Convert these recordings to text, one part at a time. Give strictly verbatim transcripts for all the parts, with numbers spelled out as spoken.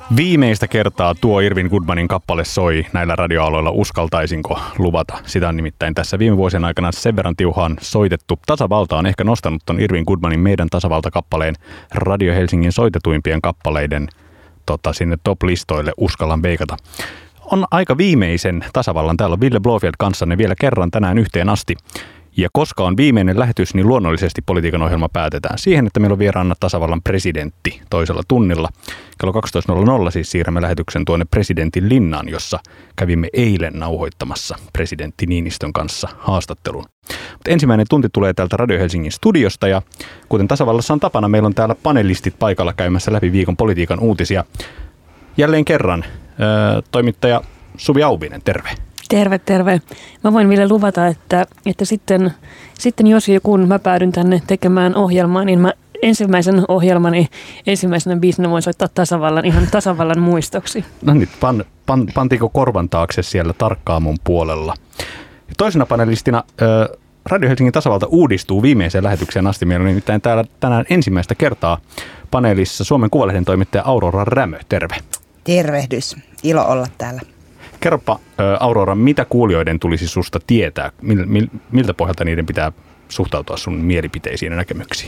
Viimeistä kertaa tuo Irvin Goodmanin kappale soi näillä radioaloilla, uskaltaisinko luvata. Sitä on nimittäin tässä viime vuosien aikana sen verran tiuhaan soitettu. Tasavalta on ehkä nostanut ton Irvin Goodmanin Meidän tasavalta-kappaleen Radio Helsingin soitetuimpien kappaleiden tota, sinne top-listoille, uskallan veikata. On aika viimeisen tasavallan. Täällä on Ville Blåfjell kanssanne vielä kerran tänään yhteen asti. Ja koska on viimeinen lähetys, niin luonnollisesti politiikan ohjelma päätetään siihen, että meillä on vieraana tasavallan presidentti toisella tunnilla. Kello kaksitoista nolla nolla siis siirrämme lähetyksen tuonne presidentin linnaan, jossa kävimme eilen nauhoittamassa presidentti Niinistön kanssa haastattelun. Mutta ensimmäinen tunti tulee täältä Radio Helsingin studiosta ja kuten tasavallassa on tapana, meillä on täällä panelistit paikalla käymässä läpi viikon politiikan uutisia. Jälleen kerran ää, toimittaja Suvi Auvinen, terve. Terve, terve. Mä voin vielä luvata, että, että sitten, sitten jos ja kun mä päädyn tänne tekemään ohjelmaa, niin mä ensimmäisen ohjelmani ensimmäisenä biisinä voin soittaa tasavallan, ihan tasavallan muistoksi. No niin, pan, pan, pantiinko korvan taakse siellä tarkkaan mun puolella. Ja toisena panelistina äh, Radio Helsingin tasavalta uudistuu viimeiseen lähetykseen asti. Meillä on nimittäin täällä tänään ensimmäistä kertaa paneelissa Suomen Kuvalehden toimittaja Aurora Rämö. Terve. Tervehdys. Ilo olla täällä. Kerropa, Aurora, mitä kuulijoiden tulisi susta tietää? Miltä pohjalta niiden pitää suhtautua sun mielipiteisiin ja näkemyksiin?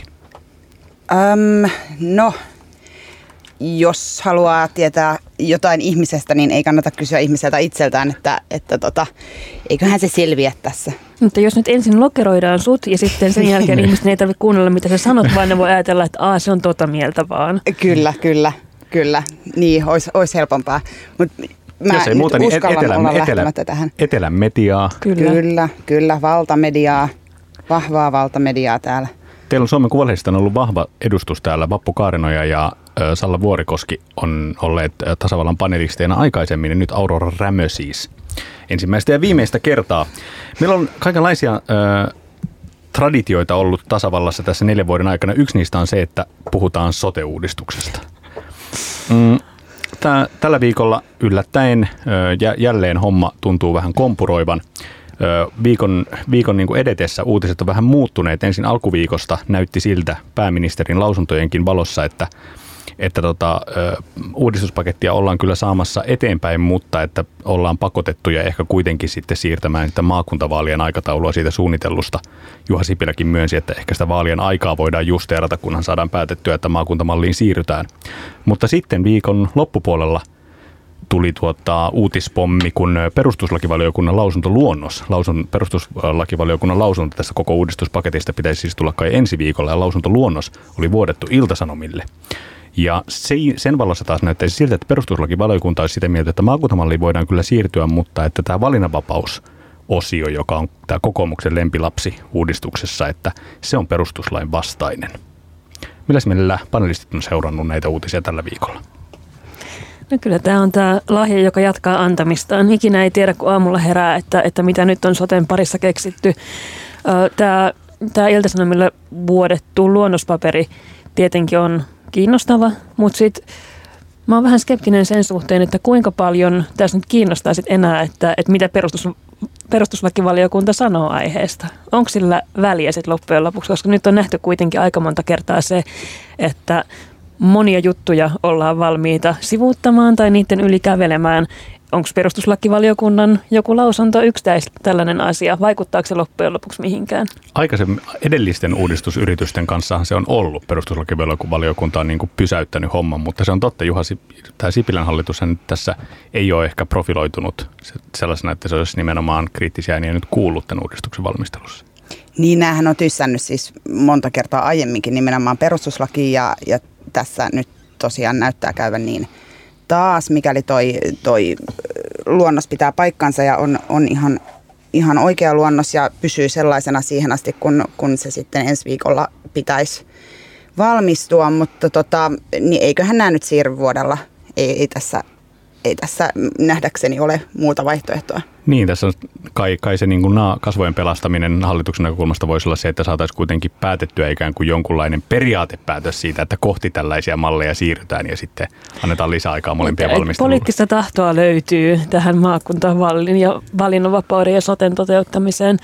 Öm, no, jos haluaa tietää jotain ihmisestä, niin ei kannata kysyä ihmiseltä itseltään, että, että tota, eiköhän se selviä tässä. Mutta jos nyt ensin lokeroidaan sut ja sitten sen jälkeen ihmisten ei tarvitse kuunnella, mitä sä sanot, vaan ne voi ajatella, että Aa, se on tota mieltä vaan. Kyllä, kyllä, kyllä. Niin, olisi, olisi helpompaa. Mut mä jos ei muuta, niin etelän, etelän, tähän. etelän mediaa. Kyllä. kyllä, kyllä, valtamediaa, vahvaa valtamediaa täällä. Teillä on Suomen Kuvalehdestä ollut vahva edustus täällä. Vappu Kaarinoja ja Salla Vuorikoski on olleet tasavallan panelisteina aikaisemmin ja nyt Aurora Rämö siis ensimmäistä ja viimeistä kertaa. Meillä on kaikenlaisia äh, traditioita ollut tasavallassa tässä neljän vuoden aikana. Yksi niistä on se, että puhutaan sote-uudistuksesta. Mm. Tää, tällä viikolla yllättäen ö, jälleen homma tuntuu vähän kompuroivan. Ö, viikon viikon niin kuin edetessä uutiset on vähän muuttuneet. Ensin alkuviikosta näytti siltä pääministerin lausuntojenkin valossa, että, että tota, ö, uudistuspakettia ollaan kyllä saamassa eteenpäin, mutta että ollaan pakotettuja ehkä kuitenkin sitten siirtämään sitä maakuntavaalien aikataulua siitä suunnitellusta. Juha Sipiläkin myönsi, että ehkä sitä vaalien aikaa voidaan justeerata, kunhan saadaan päätettyä, että maakuntamalliin siirrytään. Mutta sitten viikon loppupuolella tuli tuota uutispommi, kun perustuslakivaliokunnan lausuntoluonnos, lausun, perustuslakivaliokunnan lausunto tästä koko uudistuspaketista pitäisi siis tulla kai ensi viikolla, ja lausuntoluonnos oli vuodettu Ilta-Sanomille. Ja se, sen valossa taas näyttäisi siltä, että perustuslakivaliokunta olisi sitä mieltä, että maakuntamalliin voidaan kyllä siirtyä, mutta että tämä valinnanvapausosio, joka on tämä kokoomuksen lempilapsi uudistuksessa, että se on perustuslain vastainen. Milläs meillä panelistit on seurannut näitä uutisia tällä viikolla? No kyllä tämä on tämä lahja, joka jatkaa antamistaan. Ikinä ei tiedä, kun aamulla herää, että, että mitä nyt on soten parissa keksitty. Tämä, tämä Ilta-Sanomille vuodettu luonnospaperi tietenkin on kiinnostava, mutta sitten mä oon vähän skeptinen sen suhteen, että kuinka paljon tässä nyt kiinnostaa sit enää, että, että mitä perustus, perustuslakivaliokunta sanoo aiheesta. Onko sillä väliä sitten loppujen lopuksi, koska nyt on nähty kuitenkin aika monta kertaa se, että monia juttuja ollaan valmiita sivuuttamaan tai niiden yli kävelemään. Onko perustuslakivaliokunnan joku lausunto yksi tällainen asia? Vaikuttaako se loppujen lopuksi mihinkään? Aikaisemmin edellisten uudistusyritysten kanssahan se on ollut. Perustuslakivaliokunta on niin kuin pysäyttänyt homman, mutta se on totta. Juha, tämä Sipilän hallitus tässä ei ole ehkä profiloitunut sellaisena, että se olisi nimenomaan kriittisiä ääniä nyt kuullut tämän uudistuksen valmistelussa. Niin, näähän on tyssännyt siis monta kertaa aiemminkin nimenomaan perustuslakiin ja, ja tässä nyt tosiaan näyttää käyvän niin taas, mikäli toi, toi luonnos pitää paikkansa ja on, on ihan, ihan oikea luonnos ja pysyy sellaisena siihen asti, kun, kun se sitten ensi viikolla pitäisi valmistua, mutta tota, niin eiköhän nämä nyt siirry vuodella, ei, ei, tässä, ei tässä nähdäkseni ole muuta vaihtoehtoa. Niin, tässä on kai, kai se niin kuin kasvojen pelastaminen hallituksen näkökulmasta voisi olla se, että saataisiin kuitenkin päätettyä ikään kuin jonkunlainen periaatepäätös siitä, että kohti tällaisia malleja siirrytään ja sitten annetaan lisäaikaa molempien valmisteluun. Poliittista tahtoa löytyy tähän maakuntavallin ja valinnanvapauden ja soten toteuttamiseen.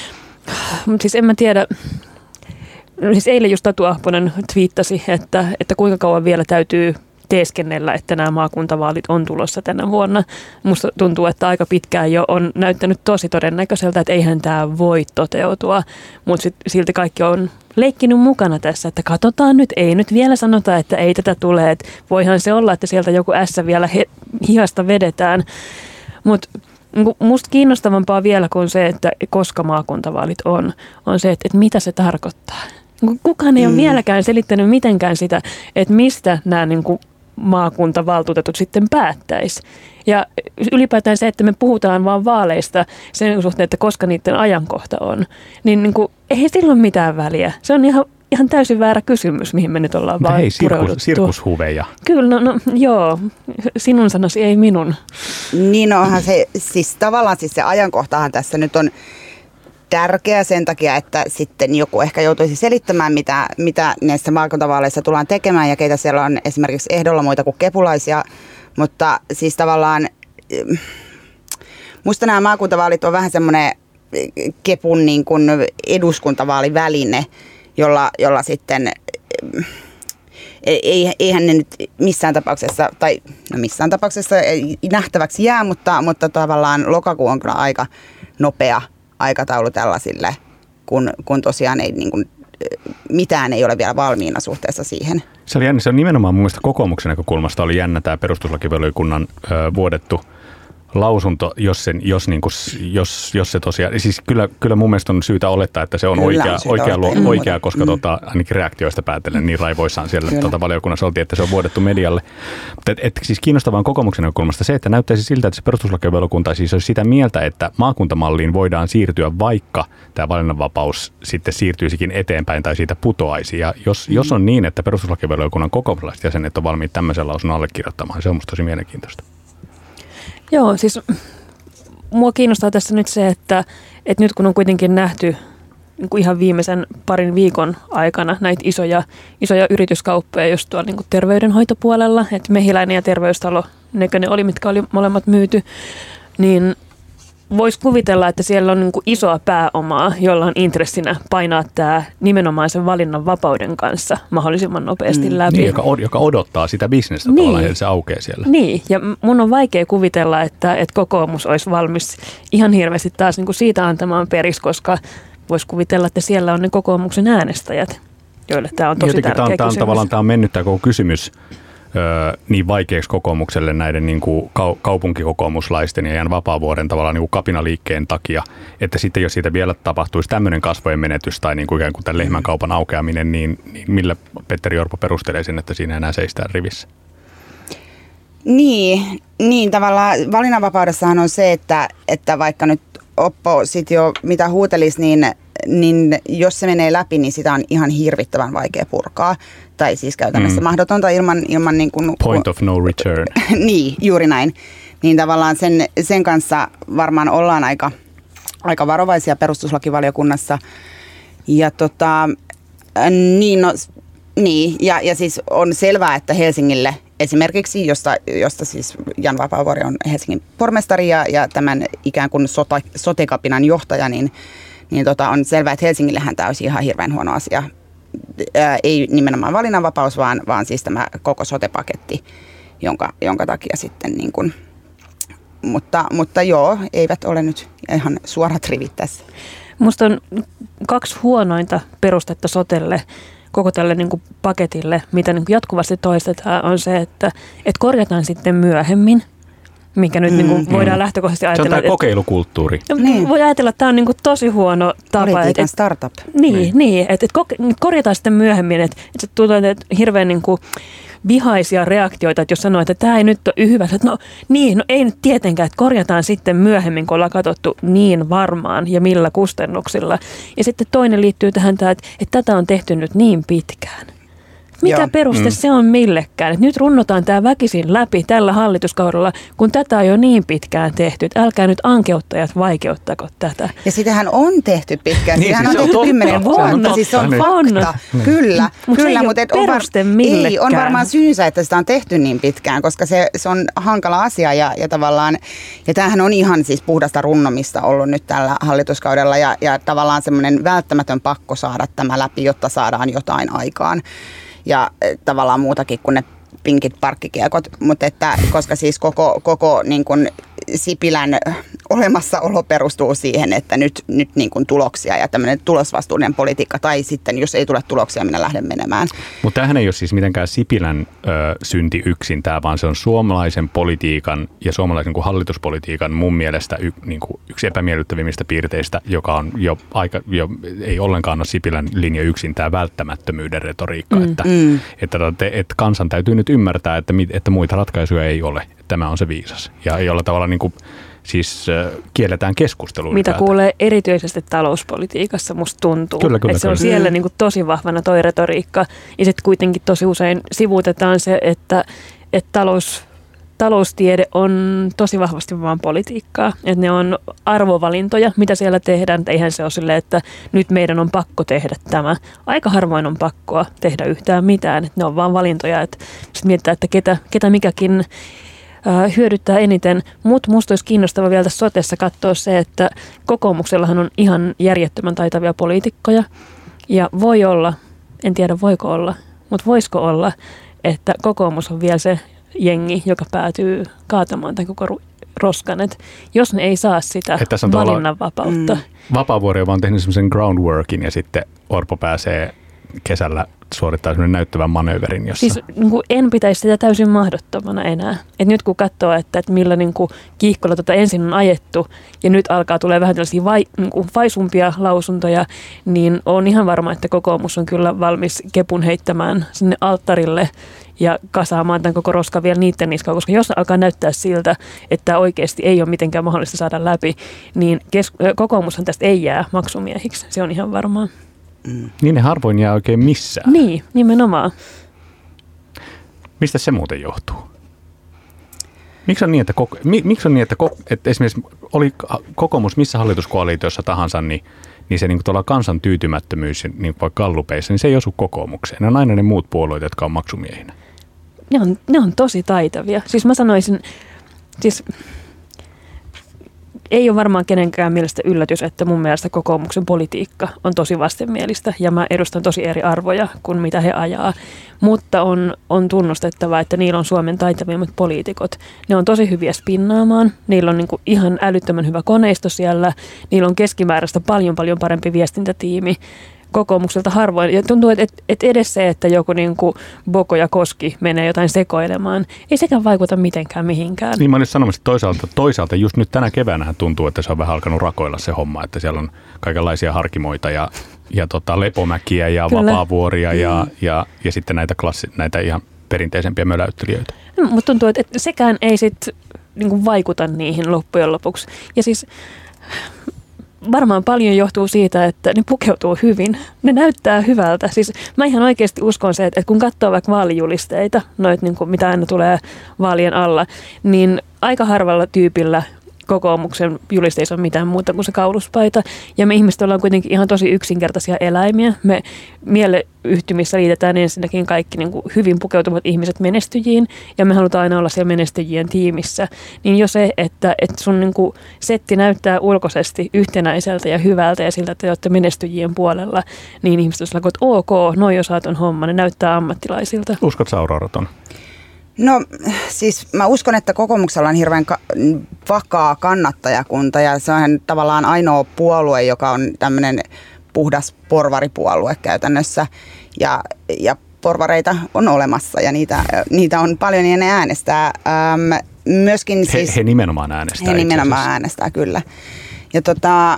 Mutta siis en mä tiedä, siis eilen just Tatu Ahponen twiittasi, että, että kuinka kauan vielä täytyy teeskennellä, että nämä maakuntavaalit on tulossa tänä vuonna. Musta tuntuu, että aika pitkään jo on näyttänyt tosi todennäköiseltä, että eihän tämä voi toteutua, mutta silti kaikki on leikkinyt mukana tässä, että katsotaan nyt, ei nyt vielä sanota, että ei tätä tule, että voihan se olla, että sieltä joku ässä vielä he, hihasta vedetään, mutta musta kiinnostavampaa vielä kuin se, että koska maakuntavaalit on, on se, että, että mitä se tarkoittaa. Kukaan ei ole mm. vieläkään selittänyt mitenkään sitä, että mistä nämä niin kuin maakuntavaltuutetut sitten päättäisi. Ja ylipäätään se, että me puhutaan vaan vaaleista sen suhteen, että koska niiden ajankohta on, niin, niin kuin, ei sillä ole mitään väliä. Se on ihan, ihan täysin väärä kysymys, mihin me nyt ollaan vaan hei, pureuduttu. Sirkushuveja. Kyllä, no, no joo. Sinun sanasi, ei minun. Niin onhan se, siis tavallaan siis se ajankohtahan tässä nyt on tärkeä sen takia, että sitten joku ehkä joutuisi selittämään, mitä, mitä näissä maakuntavaaleissa tullaan tekemään ja keitä siellä on esimerkiksi ehdolla muita kuin kepulaisia. Mutta siis tavallaan musta nämä maakuntavaalit on vähän semmoinen kepun niin kuin eduskuntavaaliväline, jolla, jolla sitten eihän ne nyt missään tapauksessa, tai no missään tapauksessa nähtäväksi jää, mutta, mutta tavallaan lokakuu on kyllä aika nopea aikataulu tällaisille, kun, kun tosiaan ei, niin kuin, mitään ei ole vielä valmiina suhteessa siihen. Se oli jännä. Se on nimenomaan mun mielestä kokoomuksen näkökulmasta oli jännä tämä perustuslakivaliokunnan ö, vuodettu lausunto, jos, sen, jos, niin kuin, jos, jos se tosiaan, siis kyllä, kyllä mun mielestä on syytä olettaa, että se on kyllä, oikea, on oikea, oikea, oikea koska mm. tota, ainakin reaktioista päätellen niin raivoissaan siellä tota, valiokunnassa oltiin, että se on vuodettu medialle. Mutta et, et, siis kiinnostavaa kokoomuksen näkökulmasta se, että näyttäisi siltä, että se perustuslakivaliokunta siis olisi sitä mieltä, että maakuntamalliin voidaan siirtyä, vaikka tämä valinnanvapaus sitten siirtyisikin eteenpäin tai siitä putoaisi. Ja jos, mm. jos on niin, että perustuslakivaliokunnan kokoomuslaiset jäsenet on valmiit tämmöisen lausunnon allekirjoittamaan, se on musta tosi mielenkiintoista. Joo, siis mua kiinnostaa tässä nyt se, että, että nyt kun on kuitenkin nähty niin kuin ihan viimeisen parin viikon aikana näitä isoja, isoja yrityskauppoja just tuolla niin kuin terveydenhoitopuolella, että Mehiläinen ja Terveystalo, nekö ne oli, mitkä oli molemmat myyty, niin voisi kuvitella, että siellä on niin kuin isoa pääomaa, jolla on intressinä painaa tämä nimenomaan sen valinnan vapauden kanssa mahdollisimman nopeasti läpi. Niin, joka, od- joka odottaa sitä bisnestä, niin. Tavallaan, se aukeaa siellä. Niin, ja mun on vaikea kuvitella, että, että kokoomus olisi valmis ihan hirveästi taas niin kuin siitä antamaan peris, koska voisi kuvitella, että siellä on ne kokoomuksen äänestäjät, joille tämä on tosi jotenkin tärkeä tämä on, kysymys. Tavallaan tämä on mennyt tämä koko kysymys Öö, niin vaikeaksi kokoomukselle näiden niin kuin kau- kaupunkikokoomuslaisten ja Jan Vapaavuoren tavallaan niin kuin kapinaliikkeen takia, että sitten jos siitä vielä tapahtuisi tämmöinen kasvojen menetys tai niin kuin ikään kuin tämän lehmänkaupan aukeaminen, niin, niin millä Petteri Orpo perustelee sen, että siinä enää seistään rivissä? Niin, niin tavallaan valinnanvapaudessahan on se, että, että vaikka nyt oppositio mitä huutelisi, niin niin jos se menee läpi, niin sitä on ihan hirvittävän vaikea purkaa. Tai siis käytännössä mm. mahdotonta ilman... ilman niin kuin, point of no return. Niin, juuri näin. Niin tavallaan sen, sen kanssa varmaan ollaan aika, aika varovaisia perustuslakivaliokunnassa. Ja tota, niin, no, niin ja, ja siis on selvää, että Helsingille esimerkiksi, josta, josta siis Jan Vapaavuori on Helsingin pormestari ja, ja tämän ikään kuin sota, sotekapinan johtaja, niin niin tota, on selvää, että Helsingillehän tämä olisi ihan hirveän huono asia. Ää, ei nimenomaan valinnanvapaus, vaan, vaan siis tämä koko sote-paketti, jonka, jonka takia sitten niin kuin, mutta, mutta joo, eivät ole nyt ihan suorat rivit tässä. Musta on kaksi huonointa perustetta sotelle, koko tälle niin kuin paketille, mitä niin kuin jatkuvasti toistetaan, on se, että, että korjataan sitten myöhemmin. Mikä nyt mm, niin kuin voidaan mm. lähtökohtaisesti ajatella. Se on tämä kokeilukulttuuri. Niin. Voi ajatella, että tämä on niin kuin tosi huono tapa. Politiikan et, startup. Niin, niin. niin että et korjataan sitten myöhemmin. Että et se tulee hirveän niin kuin vihaisia reaktioita, että jos sanoo, että tämä ei nyt ole hyvä, että no niin, no ei nyt tietenkään, että korjataan sitten myöhemmin, kun ollaan katsottu niin varmaan ja millä kustannuksilla. Ja sitten toinen liittyy tähän, että, että tätä on tehty nyt niin pitkään. Mikä Joo. peruste mm. se on millekään? Et nyt runnotaan tämä väkisin läpi tällä hallituskaudella, kun tätä on jo niin pitkään tehty. Et älkää nyt ankeuttajat vaikeuttako tätä. Ja sitähän on tehty pitkään. Niin, sitähän siis on tehty kymmenen vuotta. Siis se on fakta. On. Kyllä. Mutta kyllä, ei mutta ole peruste var- millekään. Ei, on varmaan syynsä, että sitä on tehty niin pitkään, koska se, se on hankala asia. Ja, ja tavallaan, ja tämähän on ihan siis puhdasta runnomista ollut nyt tällä hallituskaudella. Ja, ja tavallaan semmoinen välttämätön pakko saada tämä läpi, jotta saadaan jotain aikaan. Ja tavallaan muutakin kuin ne pinkit parkkikiekot, mutta että, koska siis koko, koko niin kuin Sipilän olemassaolo perustuu siihen, että nyt, nyt niin kuin tuloksia ja tämmöinen tulosvastuuden politiikka, tai sitten jos ei tule tuloksia, minä lähden menemään. Mutta tämähän ei ole siis mitenkään Sipilän ö, synti yksin tämä, vaan se on suomalaisen politiikan ja suomalaisen kuin hallituspolitiikan mun mielestä y, niin kuin yksi epämiellyttävimmistä piirteistä, joka on jo aika, jo, ei ollenkaan ole Sipilän linja yksin tämä välttämättömyyden retoriikka, mm. että, mm. että, että, että kansan täytyy nyt ymmärtää, että, että muita ratkaisuja ei ole. Tämä on se viisas. Ja jolla tavalla niin kuin, siis äh, kielletään keskustelua. Mitä ylipäätään kuulee erityisesti talouspolitiikassa, musta tuntuu. Kyllä, kyllä, että se kyllä. on siellä niin kuin tosi vahvana toi retoriikka. Ja sitten kuitenkin tosi usein sivuutetaan se, että, että talous, taloustiede on tosi vahvasti vaan politiikkaa. Että ne on arvovalintoja, mitä siellä tehdään. Että eihän se ole silleen, että nyt meidän on pakko tehdä tämä. Aika harvoin on pakkoa tehdä yhtään mitään. Että ne on vaan valintoja. Että sitten mietitään, että ketä, ketä mikäkin hyödyttää eniten, mutta musta olisi kiinnostava vielä tässä sotessa katsoa se, että kokoomuksellahan on ihan järjettömän taitavia poliitikkoja ja voi olla, en tiedä voiko olla, mutta voisiko olla, että kokoomus on vielä se jengi, joka päätyy kaatamaan tämän koko roskan, että jos ne ei saa sitä valinnanvapautta. Mm. Vapaavuori on vaan tehnyt semmoisen groundworkin ja sitten Orpo pääsee kesällä suorittaa sellainen näyttävän manööverin, jossa siis niin kuin en pitäisi sitä täysin mahdottomana enää. Et nyt kun katsoo, että, että millä niin kuin kiihkolla tota ensin on ajettu ja nyt alkaa tulee vähän tällaisia vai, niin kuin vaisumpia lausuntoja, niin on ihan varma, että kokoomus on kyllä valmis kepun heittämään sinne alttarille ja kasaamaan tämän koko roskan vielä niiden niskaan, koska jos alkaa näyttää siltä, että oikeasti ei ole mitenkään mahdollista saada läpi, niin kes- kokoomushan tästä ei jää maksumiehiksi. Se on ihan varmaa. Mm. Niin ne harvoin jää oikein missään. Niin, nimenomaan. Mistä se muuten johtuu? Miksi on niin, että, koko, miksi on niin, että, että esimerkiksi oli kokoomus missä hallituskoalitiossa tahansa, niin, niin se niin tuolla kansan tyytymättömyys niin vaikka gallupeissa, niin se ei osu kokoomukseen. Ne on aina ne muut puolueet, jotka on maksumiehinä. Ne on, ne on tosi taitavia. Siis mä sanoisin, siis ei ole varmaan kenenkään mielestä yllätys, että mun mielestä kokoomuksen politiikka on tosi vastenmielistä ja mä edustan tosi eri arvoja kuin mitä he ajaa. Mutta on, on tunnustettava, että niillä on Suomen taitavimmat poliitikot. Ne on tosi hyviä spinnaamaan, niillä on niinku ihan älyttömän hyvä koneisto siellä, niillä on keskimääräistä paljon paljon parempi viestintätiimi. Kokoomukselta harvoin. Ja tuntuu, että, että edes se, että joku niin kuin Boko ja Koski menee jotain sekoilemaan, ei sekään vaikuta mitenkään mihinkään. Niin mä olin sanomassa, että toisaalta, toisaalta just nyt tänä keväänä tuntuu, että se on vähän alkanut rakoilla se homma, että siellä on kaikenlaisia harkimoita ja, ja tota lepomäkiä ja Kyllä. vapaavuoria ja, mm. ja, ja sitten näitä, klassi, näitä ihan perinteisempiä möläyttelijöitä. No, mutta tuntuu, että, että sekään ei sitten niin kuin vaikuta niihin loppujen lopuksi. Ja siis varmaan paljon johtuu siitä, että ne pukeutuu hyvin. Ne näyttää hyvältä. Siis mä ihan oikeasti uskon se, että kun katsoo vaikka vaalijulisteita, noit niin kuin mitä aina tulee vaalien alla, niin aika harvalla tyypillä kokoomuksen julisteissa on mitään muuta kuin se kauluspaita. Ja me ihmiset ollaan kuitenkin ihan tosi yksinkertaisia eläimiä. Me mieleyhtymissä liitetään ensinnäkin kaikki niin kuin hyvin pukeutuvat ihmiset menestyjiin. Ja me halutaan aina olla siellä menestyjien tiimissä. Niin jo se, että, että sun niin kuin setti näyttää ulkoisesti yhtenäiseltä ja hyvältä ja siltä, että te olette menestyjien puolella, niin ihmiset olisivat, että ok, noi osaa ton homma, ne näyttää ammattilaisilta. Uskotko sä, Aurora, ton? No siis mä uskon, että kokoomuksella on hirveän ka- vakaa kannattajakunta ja se on tavallaan ainoa puolue, joka on tämmöinen puhdas porvaripuolue käytännössä ja, ja porvareita on olemassa ja niitä, niitä on paljon ja ne äänestää. Ähm, myöskin siis, he, he nimenomaan äänestää. He nimenomaan äänestää, kyllä. Ja tota,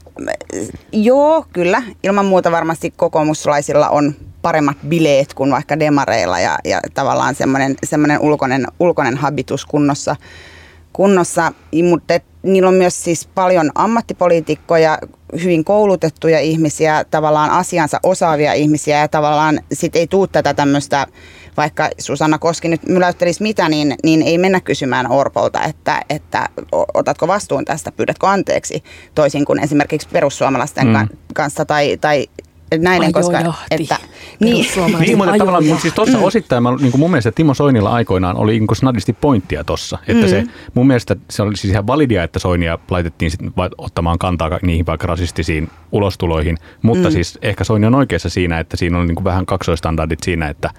joo, kyllä, ilman muuta varmasti kokoomuslaisilla on paremmat bileet kuin vaikka demareilla ja, ja tavallaan semmoinen, semmoinen ulkoinen, ulkoinen habitus kunnossa, kunnossa. Mutta niillä on myös siis paljon ammattipoliitikkoja, hyvin koulutettuja ihmisiä, tavallaan asiansa osaavia ihmisiä ja tavallaan sit ei tule tätä tämmöistä, vaikka Susanna Koski nyt myläyttelisi mitä, niin, niin ei mennä kysymään Orpolta, että, että otatko vastuun tästä, pyydätkö anteeksi, toisin kuin esimerkiksi perussuomalaisten mm. kanssa tai, tai näiden, koska että niin, niin mutta tavallaan mutta siis tuossa mm. osittain mä, niin kuin mun mielestä Timo Soinilla aikoinaan oli niin kuin snadisti pointtia tuossa, että mm. se mun mielestä se oli siis ihan validia, että Soinia laitettiin sit ottamaan kantaa niihin vaikka rasistisiin ulostuloihin, mutta mm. siis ehkä Soini on oikeassa siinä, että siinä on niin kuin vähän kaksoistandardit siinä, että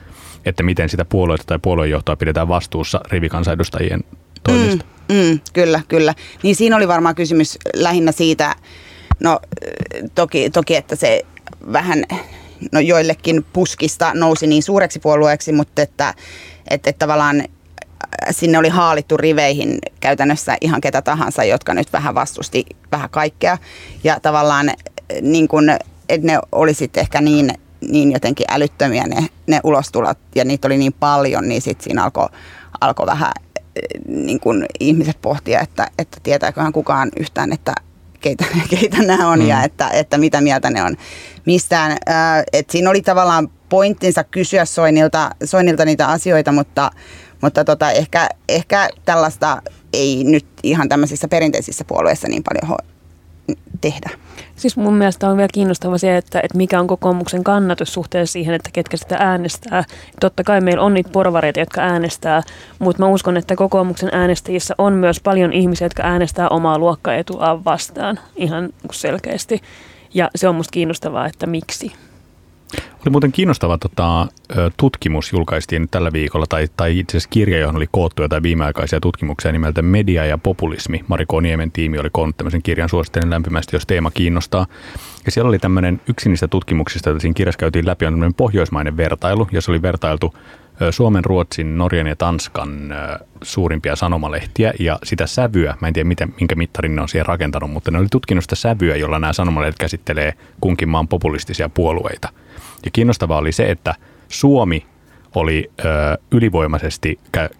että miten sitä puolueita tai puoluejohtoa pidetään vastuussa rivikansanedustajien toimista. Mm, mm, kyllä, kyllä. Niin siinä oli varmaan kysymys lähinnä siitä, no toki, toki että se vähän no joillekin puskista nousi niin suureksi puolueeksi, mutta että, että, että tavallaan sinne oli haalittu riveihin käytännössä ihan ketä tahansa, jotka nyt vähän vastusti vähän kaikkea. Ja tavallaan niin kun, että ne olisit ehkä niin, niin jotenkin älyttömiä ne, ne ulostulot ja niitä oli niin paljon, niin sitten siinä alkoi alko vähän niin kun ihmiset pohtia, että, että tietääköhän kukaan yhtään, että keitä, keitä nämä on mm. ja että, että mitä mieltä ne on mistään. Äh, et siinä oli tavallaan pointtinsa kysyä Soinilta, Soinilta niitä asioita, mutta, mutta tota, ehkä, ehkä tällaista ei nyt ihan tämmöisissä perinteisissä puolueissa niin paljon ho- tehdä. Siis mun mielestä on vielä kiinnostava se, että, että mikä on kokoomuksen kannatus suhteessa siihen, että ketkä sitä äänestää. Totta kai meillä on niitä porvareita, jotka äänestää, mutta mä uskon, että kokoomuksen äänestäjissä on myös paljon ihmisiä, jotka äänestää omaa luokkaetuaan vastaan ihan selkeästi. Ja se on musta kiinnostavaa, että miksi. Oli muuten kiinnostava tota, tutkimus, julkaistiin tällä viikolla, tai, tai itse asiassa kirja, johon oli koottu jotain viimeaikaisia tutkimuksia nimeltä Media ja populismi. Mari K. Niemen tiimi oli koonnut tämmöisen kirjan, suosittelen lämpimästi, jos teema kiinnostaa. Ja siellä oli tämmöinen, yksi niistä tutkimuksista, joita siinä kirjassa käytiin läpi, on tämmöinen pohjoismainen vertailu, jossa oli vertailtu Suomen, Ruotsin, Norjan ja Tanskan suurimpia sanomalehtiä ja sitä sävyä, mä en tiedä miten, minkä mittarin ne on siihen rakentanut, mutta ne oli tutkinut sitä sävyä, jolla nämä sanomalehdet käsittelee kunkin maan populistisia puolueita. Ja kiinnostavaa oli se, että Suomi oli ö, ylivoimaisesti,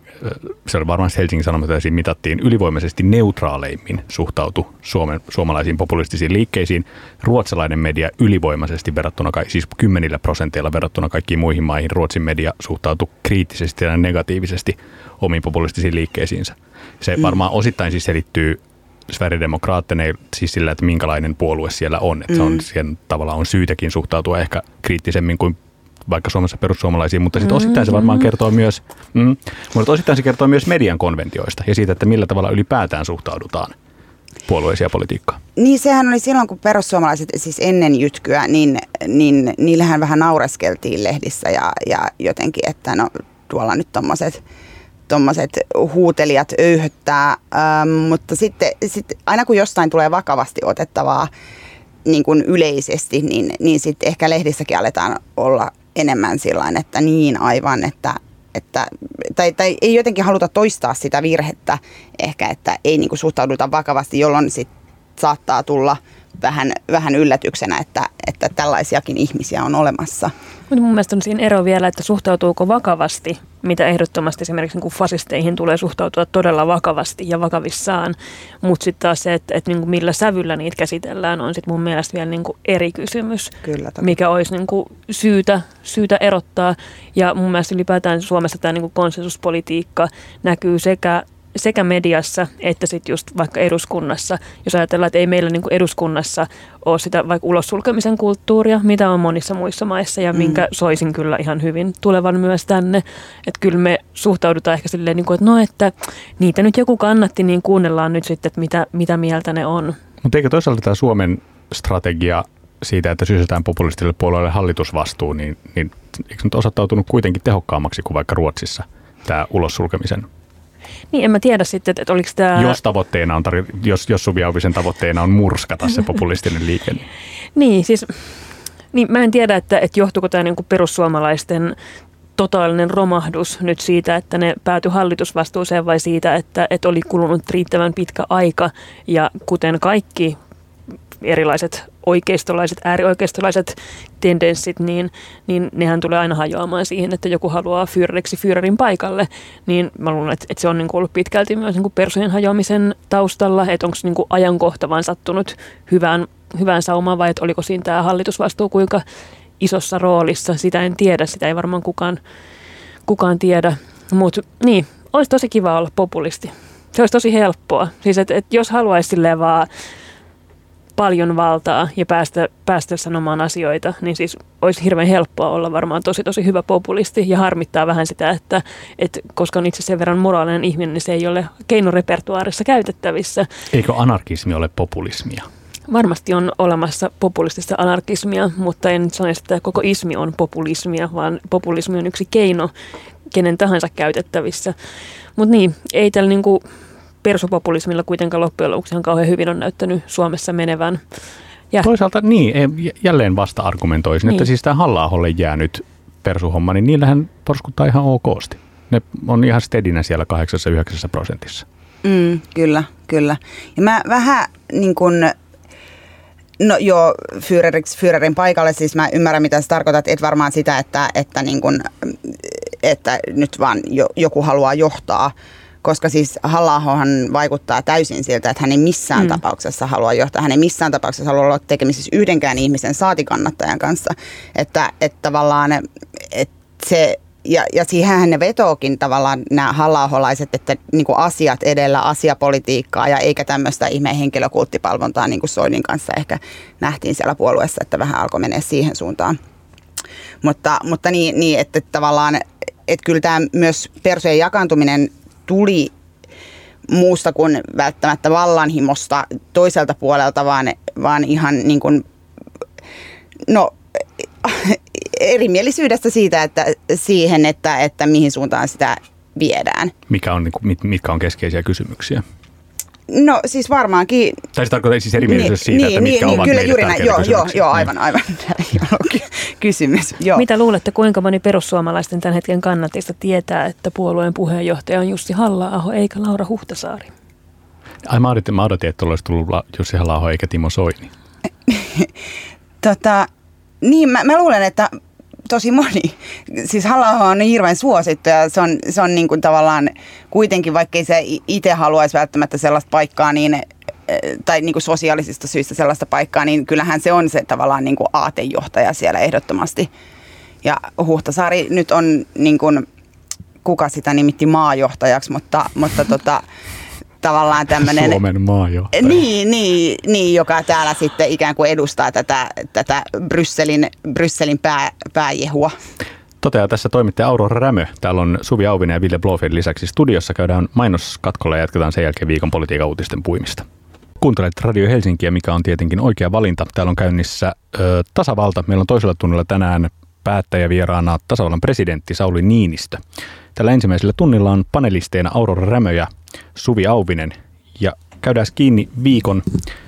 se oli varmaan Helsingin Sanomat, jota siinä mitattiin, ylivoimaisesti neutraaleimmin suhtautu Suomen, suomalaisiin populistisiin liikkeisiin. Ruotsalainen media ylivoimaisesti verrattuna, siis kymmenillä prosenteilla verrattuna kaikkiin muihin maihin, Ruotsin media suhtautui kriittisesti ja negatiivisesti omiin populistisiin liikkeisiinsä. Se varmaan osittain siis selittyy Sverigedemokraatteille siis sillä, että minkälainen puolue siellä on. Että mm. se on, siihen tavallaan on syytäkin suhtautua ehkä kriittisemmin kuin vaikka Suomessa perussuomalaisiin, mutta sitten osittain se varmaan kertoo myös, mm, mutta osittain se kertoo myös median konventioista ja siitä, että millä tavalla ylipäätään suhtaudutaan puolueisiin ja politiikkaan. Niin sehän oli silloin, kun perussuomalaiset siis ennen jytkyä, niin, niin niillähän vähän naureskeltiin lehdissä ja, ja jotenkin, että no tuolla nyt tommoset tuommoiset huutelijat öyhöttää, ähm, mutta sitten sit aina kun jostain tulee vakavasti otettavaa niin kuin yleisesti, niin, niin sitten ehkä lehdissäkin aletaan olla enemmän sillain, että niin aivan, että, että tai, tai ei jotenkin haluta toistaa sitä virhettä ehkä, että ei niin kuin suhtauduta vakavasti, jolloin sitten saattaa tulla vähän, vähän yllätyksenä, että, että tällaisiakin ihmisiä on olemassa. Mutta mun mielestä on siinä ero vielä, että suhtautuuko vakavasti, mitä ehdottomasti esimerkiksi niin fasisteihin tulee suhtautua todella vakavasti ja vakavissaan. Mutta sitten taas se, että, että niin kuin millä sävyllä niitä käsitellään, on sitten mun mielestä vielä niin kuin eri kysymys, Kyllä, mikä olisi niin kuin syytä, syytä erottaa. Ja mun mielestä ylipäätään Suomessa tämä niin kuin konsensuspolitiikka näkyy sekä sekä mediassa että sitten just vaikka eduskunnassa. Jos ajatellaan, että ei meillä niin kuin eduskunnassa ole sitä vaikka ulossulkemisen kulttuuria, mitä on monissa muissa maissa ja mm. minkä soisin kyllä ihan hyvin tulevan myös tänne. Että kyllä me suhtaudutaan ehkä silleen, niin kuin, että no, että niitä nyt joku kannatti, niin kuunnellaan nyt sitten, että mitä, mitä mieltä ne on. Mutta eikö toisaalta tämä Suomen strategia siitä, että sysätään populistille puolueelle hallitusvastuu, niin, niin eikö nyt osoittautunut kuitenkin tehokkaammaksi kuin vaikka Ruotsissa tämä ulossulkemisen? Niin, en mä tiedä sitten, että oliko tämä... Jos tavoitteena on, jos, jos Suvi Auvisen tavoitteena on murskata se populistinen liike. Niin, siis niin, mä en tiedä, että, että johtuuko tämä niin kuin perussuomalaisten totaalinen romahdus nyt siitä, että ne päätyi hallitusvastuuseen vai siitä, että, että oli kulunut riittävän pitkä aika ja kuten kaikki erilaiset oikeistolaiset, äärioikeistolaiset tendenssit, niin, niin nehän tulee aina hajoamaan siihen, että joku haluaa Führeriksi Führerin paikalle. Niin mä luulen, että, että se on niin kuin ollut pitkälti myös niin kuin persojen hajoamisen taustalla, että onko niin kuin ajankohta vaan sattunut hyvään, hyvään saumaan vai että oliko siinä tämä hallitusvastuu kuinka isossa roolissa. Sitä en tiedä, sitä ei varmaan kukaan, kukaan tiedä, mutta niin, olisi tosi kiva olla populisti. Se olisi tosi helppoa. Siis että, että jos haluaisi silleen vaan paljon valtaa ja päästä, päästä sanomaan asioita, niin siis olisi hirveän helppoa olla varmaan tosi tosi hyvä populisti ja harmittaa vähän sitä, että, että koska on itse sen verran moraalinen ihminen, niin se ei ole keinorepertuaarissa käytettävissä. Eikö anarkismi ole populismia? Varmasti on olemassa populistista anarkismia, mutta en sano, että koko ismi on populismia, vaan populismi on yksi keino kenen tahansa käytettävissä. Mutta niin, ei tällä niinku persupopulismilla kuitenkaan loppujen lopuksi kauhean hyvin on näyttänyt Suomessa menevän. Ja toisaalta niin, jälleen vasta-argumentoisin, niin. Että siis tämä Halla-aholle jäänyt persuhomma, niin niillähän porskuttaa ihan okosti. Ne on ihan stedinä siellä kahdeksassa yhdeksässä prosentissa. Mm, kyllä, kyllä. Ja mä vähän niin kuin, no joo, Führeriksi, Führerin paikalle, siis mä ymmärrän mitä sä tarkoitat, et varmaan sitä, että, että, niin kuin, että nyt vaan jo, joku haluaa johtaa, koska siis Halla-ahohan vaikuttaa täysin siltä, että hän ei missään mm. tapauksessa halua johtaa, hän ei missään tapauksessa halua olla tekemisissä yhdenkään ihmisen saatikannattajan kanssa, että, että tavallaan että se Ja, ja siihen ne vetookin tavallaan nämä halla-aholaiset, että niin kuin asiat edellä, asiapolitiikkaa ja eikä tämmöistä ihmeen henkilökulttipalvontaa niin kuin Soinin kanssa ehkä nähtiin siellä puolueessa, että vähän alkoi mennä siihen suuntaan. Mutta, mutta niin, niin, että tavallaan, että kyllä tämä myös persojen jakaantuminen tuli muusta kuin välttämättä vallanhimosta toiselta puolelta, vaan, vaan ihan niin kuin, no erimielisyydestä siitä, että siihen, että, että mihin suuntaan sitä viedään. Mikä on, mitkä on keskeisiä kysymyksiä? No siis varmaankin. Tai se tarkoittaa siis erimielisyys niin, siitä, niin, että mitkä niin, ovat kyllä, meille juuri tärkeitä näin. Joo, kysymyksiä. joo, joo, aivan, aivan. Kysymys. Joo. Mitä luulette, kuinka moni perussuomalaisten tämän hetken kannattajista tietää, että puolueen puheenjohtaja on Jussi Halla-aho eikä Laura Huhtasaari? Ai mä odotin, mä odotin että olisi tullut Jussi Halla-aho eikä Timo Soini. tota, niin, mä, mä luulen, että tosi moni. Siis Halla-aho on hirveän suosittu ja se on, se on niin kuin tavallaan kuitenkin, vaikkei se itse haluaisi välttämättä sellaista paikkaa, niin, tai niin kuin sosiaalisista syistä sellaista paikkaa, niin kyllähän se on se tavallaan niin kuin aatejohtaja siellä ehdottomasti. Ja Huhtasaari nyt on, niin kuin, kuka sitä nimitti maajohtajaksi, mutta, mutta tota, tavallaan tämmöinen Suomen maajohtaja. Niin, niin, niin, joka täällä sitten ikään kuin edustaa tätä, tätä Brysselin, Brysselin pää, pääjehua. Toteaa tässä toimittaja Aurora Rämö. Täällä on Suvi Auvinen ja Ville Blofeld lisäksi studiossa. Käydään mainoskatkolla ja jatketaan sen jälkeen viikon politiikan uutisten puimista. Kuuntelet Radio Helsinkiä, mikä on tietenkin oikea valinta. Täällä on käynnissä ö, tasavalta. Meillä on toisella tunnilla tänään päättäjävieraana tasavallan presidentti Sauli Niinistö. Tällä ensimmäisellä tunnilla on panelisteina Aurora Rämö ja Suvi Auvinen. Ja käydään kiinni viikon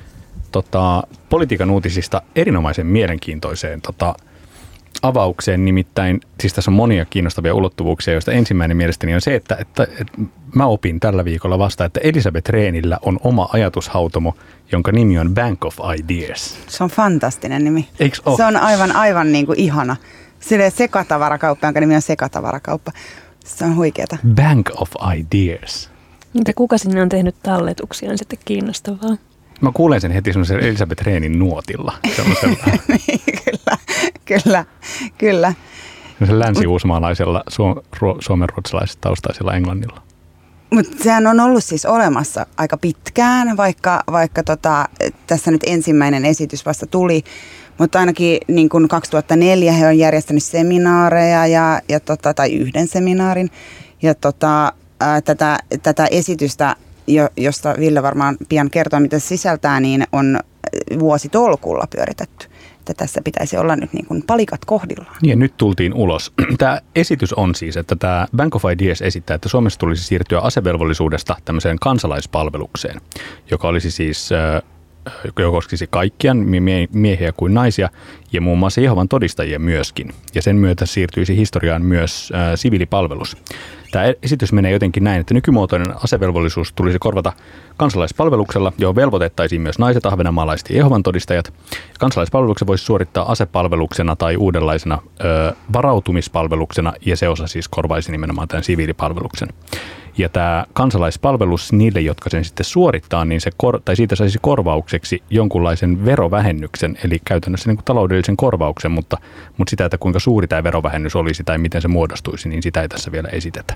tota, politiikan uutisista erinomaisen mielenkiintoiseen tota, avaukseen. Nimittäin, siis tässä on monia kiinnostavia ulottuvuuksia, joista ensimmäinen mielestäni on se, että, että, että mä opin tällä viikolla vasta, että Elisabeth Rehnillä on oma ajatushautomo, jonka nimi on Bank of Ideas. Se on fantastinen nimi. Eiks ole? Se on aivan, aivan niin kuin ihana. Silleen sekatavarakauppa, jonka nimi on sekatavarakauppa. Se on huikeeta. Bank of Ideas. Mitä kuka sinne on tehnyt talletuksia, on sitten kiinnostavaa. Mä kuulen sen heti semmoisen Elisabeth Rehnin nuotilla. niin, kyllä, kyllä, kyllä. Semmoisen länsi-uusmaalaisella su- ru- suomenruotsalaistaustaisella englannilla. Mutta sehän on ollut siis olemassa aika pitkään, vaikka, vaikka tota, tässä nyt ensimmäinen esitys vasta tuli. Mutta ainakin niin kun kaksituhattaneljä he on järjestänyt seminaareja ja, ja tota, tai yhden seminaarin. Ja tota, ää, tätä, tätä esitystä, jo, josta Ville varmaan pian kertoo, mitä se sisältää, niin on vuositolkulla pyöritetty. Että tässä pitäisi olla nyt niin kuin palikat kohdillaan. Niin ja nyt tultiin ulos. Tämä esitys on siis, että tämä Bank of Ideas esittää, että Suomessa tulisi siirtyä asevelvollisuudesta tämmöiseen kansalaispalvelukseen, joka olisi siis, joka koskisi kaikkia miehiä kuin naisia ja muun muassa Jehovan todistajia myöskin. Ja sen myötä siirtyisi historiaan myös äh, siviilipalvelus. Tämä esitys menee jotenkin näin, että nykymuotoinen asevelvollisuus tulisi korvata kansalaispalveluksella, johon velvoitettaisiin myös naiset, ahvenanmaalaiset ja Jehovan todistajat. Kansalaispalveluksen voisi suorittaa asepalveluksena tai uudenlaisena ö, varautumispalveluksena, ja se osa siis korvaisi nimenomaan tämän siviilipalveluksen. Ja tämä kansalaispalvelus niille, jotka sen sitten suorittaa, niin se kor- tai siitä saisi korvaukseksi jonkunlaisen verovähennyksen, eli käytännössä niin kuin taloudellisen korvauksen, mutta, mutta sitä, että kuinka suuri tämä verovähennys olisi tai miten se muodostuisi, niin sitä ei tässä vielä esitetä.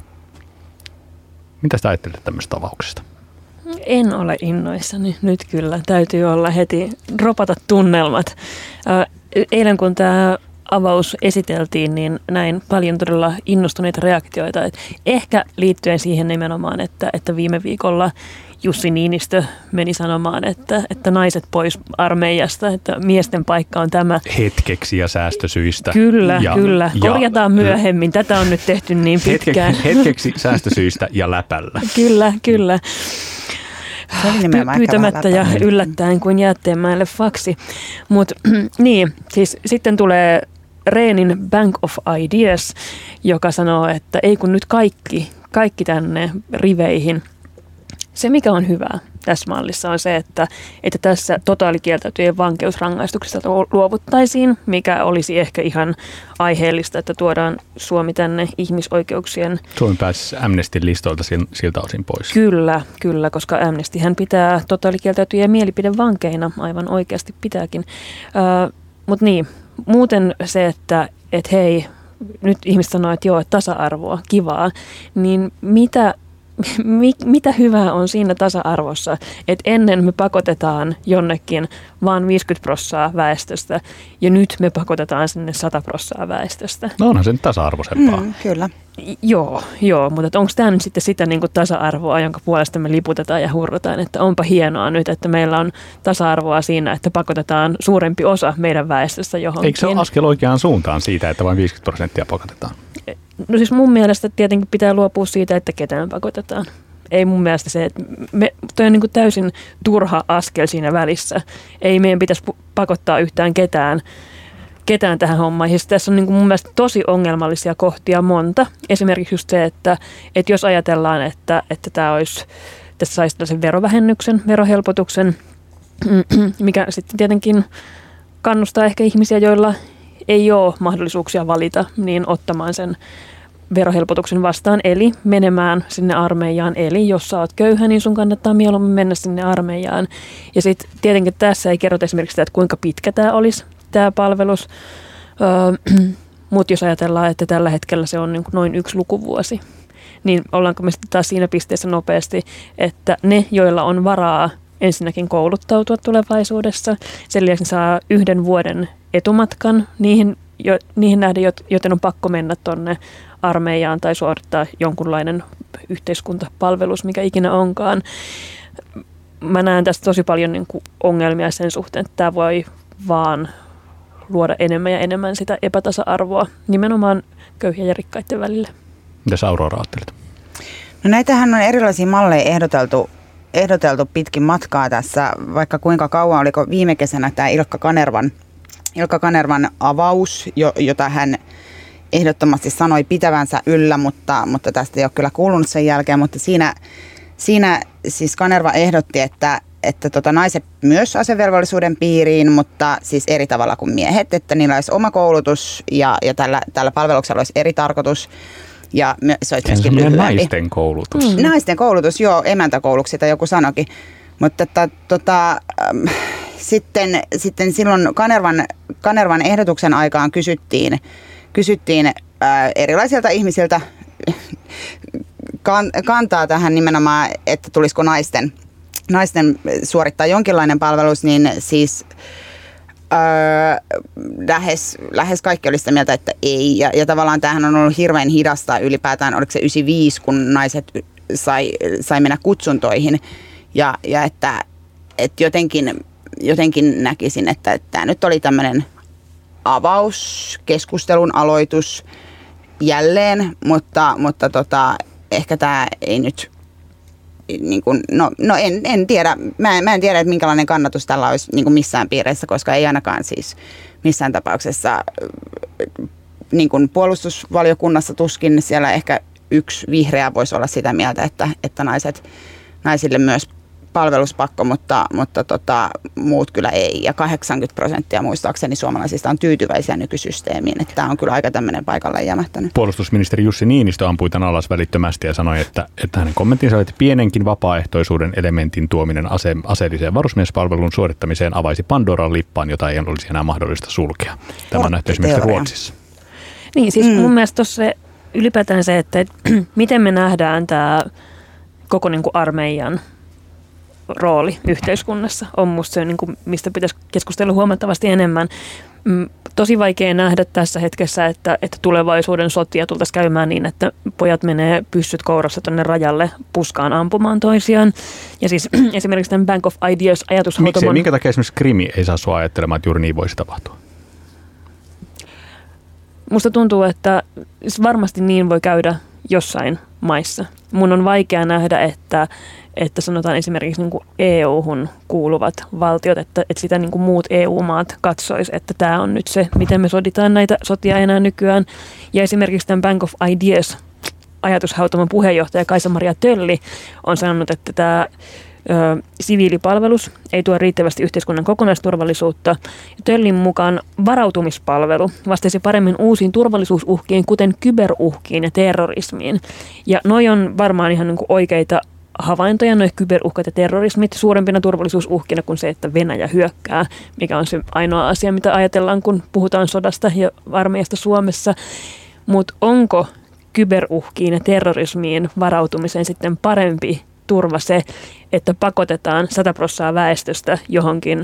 Mitä sä ajattelet tämmöistä avauksesta? En ole innoissani. Nyt kyllä täytyy olla heti dropata tunnelmat. Eilen kun tämä avaus esiteltiin, niin näin paljon todella innostuneita reaktioita. Et ehkä liittyen siihen nimenomaan, että, että viime viikolla Jussi Niinistö meni sanomaan, että, että naiset pois armeijasta, että miesten paikka on tämä. Hetkeksi ja säästösyistä. Kyllä, ja, kyllä. Ja, Korjataan myöhemmin. Tätä on nyt tehty niin pitkään. Hetke, hetkeksi säästösyistä ja läpällä. Kyllä, kyllä. Py- pyytämättä ja yllättäen kuin Jäätteenmäelle faksi. Mutta niin, siis sitten tulee Rehnin Bank of Ideas, joka sanoo, että ei kun nyt kaikki, kaikki tänne riveihin. Se, mikä on hyvää tässä mallissa, on se, että, että tässä totaalikieltäytyjen vankeusrangaistuksesta luovuttaisiin, mikä olisi ehkä ihan aiheellista, että tuodaan Suomi tänne ihmisoikeuksien... Suomi pääsisi Amnestyn listoilta siltä osin pois. Kyllä, kyllä, koska Amnestyhän pitää totaalikieltäytyjien mielipidevankeina, aivan oikeasti pitääkin. Äh, Mutta niin, muuten se, että et hei, nyt ihmiset sanoo, että joo, että tasa-arvoa, kivaa, niin mitä... Mitä hyvää on siinä tasa-arvossa, että ennen me pakotetaan jonnekin vain viisikymmentä prosenttia väestöstä ja nyt me pakotetaan sinne sata prosenttia väestöstä. No onhan se nyt tasa-arvoisempaa. Mm, kyllä. Joo, joo, mutta onko tämä nyt sitten sitä niin kuin tasa-arvoa, jonka puolesta me liputetaan ja hurrataan, että onpa hienoa nyt, että meillä on tasa-arvoa siinä, että pakotetaan suurempi osa meidän väestöstä johonkin. Eikö se ole askel oikeaan suuntaan siitä, että vain viisikymmentä prosenttia pakotetaan? No siis mun mielestä tietenkin pitää luopua siitä, että ketään pakotetaan. Ei mun mielestä se, että me, toi on niin kuin täysin turha askel siinä välissä. Ei meidän pitäisi pakottaa yhtään ketään, ketään tähän hommaan. Siis tässä on niin kuin mun mielestä tosi ongelmallisia kohtia monta. Esimerkiksi just se, että, että jos ajatellaan, että, että tämä olisi, tässä saisi tällaisen verovähennyksen, verohelpotuksen, mikä sitten tietenkin kannustaa ehkä ihmisiä, joilla ei ole mahdollisuuksia valita, niin ottamaan sen verohelpotuksen vastaan, eli menemään sinne armeijaan. Eli jos sä oot köyhä, niin sun kannattaa mieluummin mennä sinne armeijaan. Ja sitten tietenkin tässä ei kerrota esimerkiksi sitä, että kuinka pitkä tämä olisi, tämä palvelus. Öö, Mutta jos ajatellaan, että tällä hetkellä se on niin kuin noin yksi lukuvuosi, niin ollaanko me sitten taas siinä pisteessä nopeasti, että ne, joilla on varaa ensinnäkin kouluttautua tulevaisuudessa, sen lisäksi saa yhden vuoden etumatkan niihin, jo, niihin nähden, joten on pakko mennä tuonne armeijaan tai suorittaa jonkunlainen yhteiskuntapalvelus, mikä ikinä onkaan. Mä näen tästä tosi paljon niin kuin ongelmia sen suhteen, että tämä voi vaan luoda enemmän ja enemmän sitä epätasa-arvoa nimenomaan köyhien ja rikkaiden välillä. Mitäs Aurora ajattelet? No näitähän on erilaisia malleja ehdoteltu, ehdoteltu pitkin matkaa tässä, vaikka kuinka kauan, oliko viime kesänä tämä Ilkka Kanervan, Ilkka Kanervan avaus, jota hän ehdottomasti sanoi pitävänsä yllä, mutta, mutta tästä ei ole kyllä kuulunut sen jälkeen, mutta siinä, siinä siis Kanerva ehdotti, että, että tota naiset myös asevelvollisuuden piiriin, mutta siis eri tavalla kuin miehet, että niillä olisi oma koulutus ja, ja tällä, tällä palveluksella olisi eri tarkoitus. Ja se olisi myöskin lyhyempi. Naisten koulutus. Mm. Naisten koulutus, joo, emäntäkouluksi tai joku sanokin. Mutta että, tota, ähm, sitten, sitten silloin Kanervan, Kanervan ehdotuksen aikaan kysyttiin, kysyttiin äh, erilaisilta ihmisiltä kan, kantaa tähän nimenomaan, että tulisiko naisten, naisten suorittaa jonkinlainen palvelus, niin siis Öö, lähes, lähes kaikki oli sitä mieltä, että ei. Ja, ja tavallaan tämähän on ollut hirveän hidasta ylipäätään, oliko se yhdeksänkymmentäviisi, kun naiset sai, sai mennä kutsuntoihin. Ja, ja että, että jotenkin, jotenkin näkisin, että, että tämä nyt oli tämmöinen avaus, keskustelun aloitus jälleen, mutta, mutta tota, ehkä tämä ei nyt... Niin kuin, no no en, en tiedä, mä en, mä en tiedä, että minkälainen kannatus tällä olisi niin kuin missään piireissä, koska ei ainakaan siis missään tapauksessa niin kuin puolustusvaliokunnassa tuskin siellä ehkä yksi vihreä voisi olla sitä mieltä, että, että naiset, naisille myös palveluspakko, mutta, mutta tota, muut kyllä ei. Ja kahdeksankymmentä prosenttia muistaakseni suomalaisista on tyytyväisiä nykysysteemiin, että tämä on kyllä aika tämmöinen paikalle jämähtänyt. Puolustusministeri Jussi Niinistö ampui tämän alas välittömästi ja sanoi, että, että hänen kommenttinsa oli, että pienenkin vapaaehtoisuuden elementin tuominen ase, aseelliseen varusmiespalvelun suorittamiseen avaisi Pandoran lippaan, jota ei olisi enää mahdollista sulkea. Tämä on nähty esimerkiksi Ruotsissa. Niin, siis mm. mun mielestä tuossa ylipäätään se, että, että miten me nähdään tämä koko niin kuin armeijan rooli yhteiskunnassa on musta se, niin kuin, mistä pitäisi keskustella huomattavasti enemmän. tosi vaikea nähdä tässä hetkessä, että, että tulevaisuuden sotia tultaisiin käymään niin, että pojat menee pyssyt kourassa tuonne rajalle puskaan ampumaan toisiaan. Ja siis esimerkiksi tämän Bank of Ideas -ajatushautomon... Miksi, minkä takia esimerkiksi Krimi ei saa sua ajattelemaan, että juuri niin voisi tapahtua? Musta tuntuu, että varmasti niin voi käydä jossain maissa. Mun on vaikea nähdä, että, että sanotaan esimerkiksi niin kuin E U-hun kuuluvat valtiot, että, että sitä niin kuin muut E U-maat katsois, että tämä on nyt se, miten me soditaan näitä sotia enää nykyään. Ja esimerkiksi tämän Bank of Ideas -ajatushautomon puheenjohtaja Kaisa-Maria Tölli on sanonut, että tämä Ö, siviilipalvelus ei tuo riittävästi yhteiskunnan kokonaisturvallisuutta. Töllin mukaan varautumispalvelu vastaisi paremmin uusiin turvallisuusuhkiin, kuten kyberuhkiin ja terrorismiin. Ja noi on varmaan ihan niin kuin oikeita havaintoja, noi kyberuhkat ja terrorismit suurempina turvallisuusuhkina kuin se, että Venäjä hyökkää, mikä on se ainoa asia, mitä ajatellaan, kun puhutaan sodasta ja armeijasta Suomessa. Mutta onko kyberuhkiin ja terrorismiin varautumiseen sitten parempi turva se, että pakotetaan sata prosenttia väestöstä johonkin